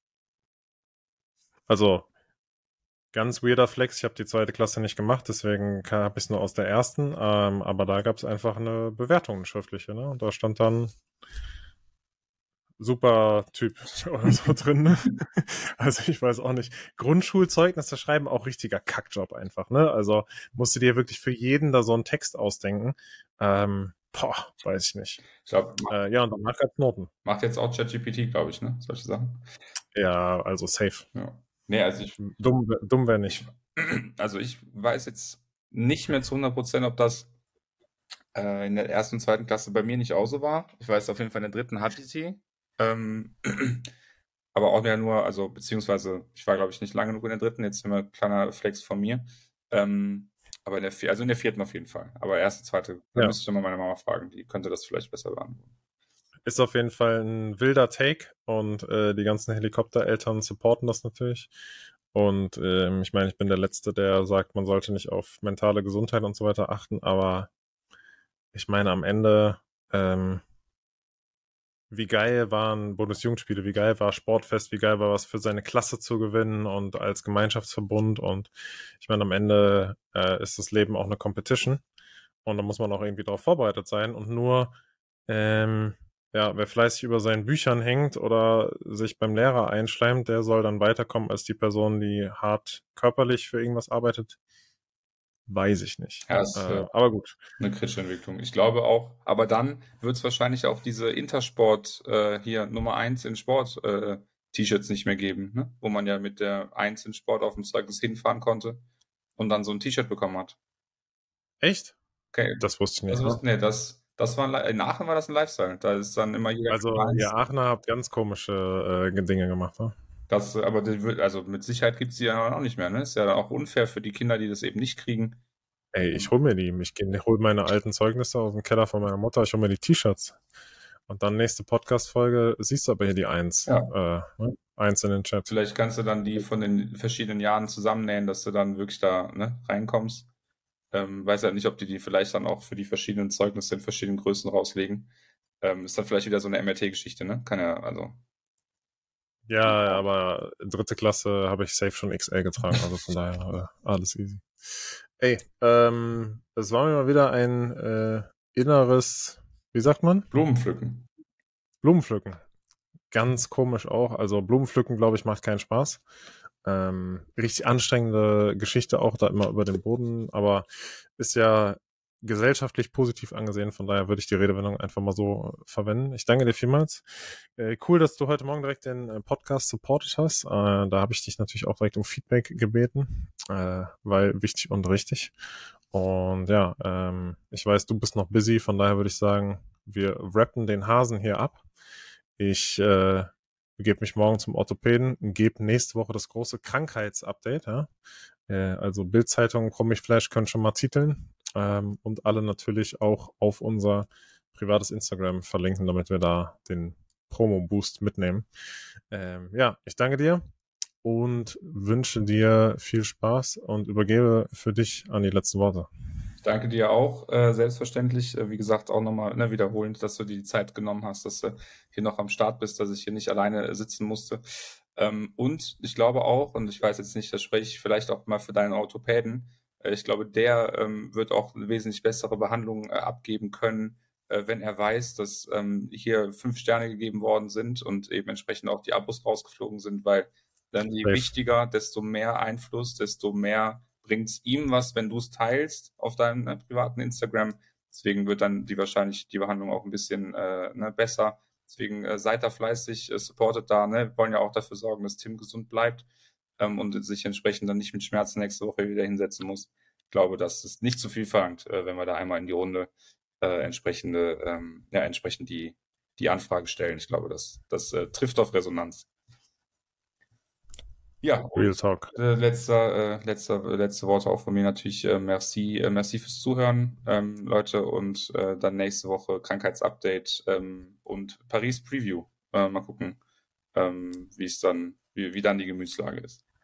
also ganz weirder Flex, ich habe die 2. Klasse nicht gemacht, deswegen habe ich es nur aus der ersten, aber da gab es einfach eine Bewertung, eine schriftliche, ne? Und da stand dann super Typ oder so drin. Ne? Also ich weiß auch nicht. Grundschulzeugnisse schreiben auch richtiger Kackjob einfach, ne? Also musst du dir wirklich für jeden da so einen Text ausdenken. Weiß ich nicht. Ich glaube, Ja, und danach gab's Noten. macht jetzt auch ChatGPT, glaube ich, ne? Solche Sachen. Ja, also safe. Ja. Nee, also Dumm wäre nicht. also ich weiß jetzt nicht mehr zu 100%, ob das in der 1. und 2. Klasse bei mir nicht auch so war. Ich weiß auf jeden Fall, in der 3. hatte ich sie. Ähm, aber auch wieder nur, also beziehungsweise ich war, glaube ich, nicht lange genug in der 3. Jetzt immer kleiner Flex von mir. Aber also in der 4. auf jeden Fall. Aber 1., 2., da Ja. müsste ich dann mal meine Mama fragen, die könnte das vielleicht besser beantworten. Ist auf jeden Fall ein wilder Take und die ganzen Helikoptereltern supporten das natürlich. Und ich meine, ich bin der Letzte, der sagt, man sollte nicht auf mentale Gesundheit und so weiter achten, aber ich meine, am Ende, wie geil waren Bundesjugendspiele, wie geil war Sportfest, wie geil war was für seine Klasse zu gewinnen und als Gemeinschaftsverbund. Und ich meine, am Ende ist das Leben auch eine Competition und da muss man auch irgendwie darauf vorbereitet sein und nur ja, wer fleißig über seinen Büchern hängt oder sich beim Lehrer einschleimt, der soll dann weiterkommen als die Person, die hart körperlich für irgendwas arbeitet. Weiß ich nicht. Ja, das ist Aber gut. eine kritische Entwicklung. Ich glaube auch, aber dann wird es wahrscheinlich auch diese Intersport hier Nummer 1 in Sport T-Shirts nicht mehr geben, ne? Wo man ja mit der 1 in Sport auf dem Zeugnis hinfahren konnte und dann so ein T-Shirt bekommen hat. Echt? Okay, Das wusste ich nicht. nee, das war in Aachen war das ein Lifestyle. Da ist dann immer jeder Also ihr Aachener habt ganz komische Dinge gemacht, ne? aber also mit Sicherheit gibt's die ja auch nicht mehr, ne? Ist ja auch unfair für die Kinder, die das eben nicht kriegen. Ey, ich hol mir die. Hol meine alten Zeugnisse aus dem Keller von meiner Mutter. Ich hol mir die T-Shirts. Und dann nächste Podcast-Folge siehst du aber hier die 1. Ja. 1 in den Chat. Vielleicht kannst du dann die von den verschiedenen Jahren zusammennähen, dass du dann wirklich da, ne, reinkommst. Weiß halt nicht, ob die vielleicht dann auch für die verschiedenen Zeugnisse in verschiedenen Größen rauslegen. Ist dann vielleicht wieder so eine MRT-Geschichte, ne? Kann ja, also. Ja, aber dritte Klasse habe ich safe schon XL getragen, also von daher alles easy. Ey, es war mir mal wieder ein inneres, wie sagt man? Blumenpflücken. Blumenpflücken. Ganz komisch auch. Also Blumenpflücken, glaube ich, macht keinen Spaß. Richtig anstrengende Geschichte auch da immer über den Boden, aber ist ja gesellschaftlich positiv angesehen. Von daher würde ich die Redewendung einfach mal so verwenden. Ich danke dir vielmals. Cool, dass du heute Morgen direkt den Podcast supportet hast. Da habe ich dich natürlich auch direkt um Feedback gebeten, weil wichtig und richtig. Und ja, ich weiß, du bist noch busy, von daher würde ich sagen, wir rappen den Hasen hier ab. Ich begebe mich morgen zum Orthopäden und gebe nächste Woche das große Krankheitsupdate. Ja? Also Bild-Zeitung, Comic-Flash können schon mal titeln und alle natürlich auch auf unser privates Instagram verlinken, damit wir da den Promo-Boost mitnehmen. Ja, ich danke dir und wünsche dir viel Spaß und übergebe für dich an die letzten Worte. Danke dir auch, selbstverständlich. Wie gesagt, auch nochmal wiederholend, dass du dir die Zeit genommen hast, dass du hier noch am Start bist, dass ich hier nicht alleine sitzen musste. Und ich glaube auch, und ich weiß jetzt nicht, das spreche ich vielleicht auch mal für deinen Orthopäden, ich glaube, der wird auch eine wesentlich bessere Behandlung abgeben können, wenn er weiß, dass hier 5 Sterne gegeben worden sind und eben entsprechend auch die Abos rausgeflogen sind, weil dann je Safe. wichtiger, desto mehr Einfluss, desto mehr bringt es ihm was, wenn du es teilst auf deinem privaten Instagram. Deswegen wird dann wahrscheinlich die Behandlung auch ein bisschen besser. Deswegen seid da fleißig, supportet da. Ne? Wir wollen ja auch dafür sorgen, dass Tim gesund bleibt und sich entsprechend dann nicht mit Schmerzen nächste Woche wieder hinsetzen muss. Ich glaube, das ist nicht zu viel verlangt, wenn wir da einmal in die Runde entsprechend die Anfrage stellen. Ich glaube, das trifft auf Resonanz. Ja, Real und Talk. letzte Worte auch von mir natürlich. Merci fürs Zuhören, Leute, und dann nächste Woche Krankheitsupdate und Paris Preview. Mal gucken, wie dann die Gemütslage ist.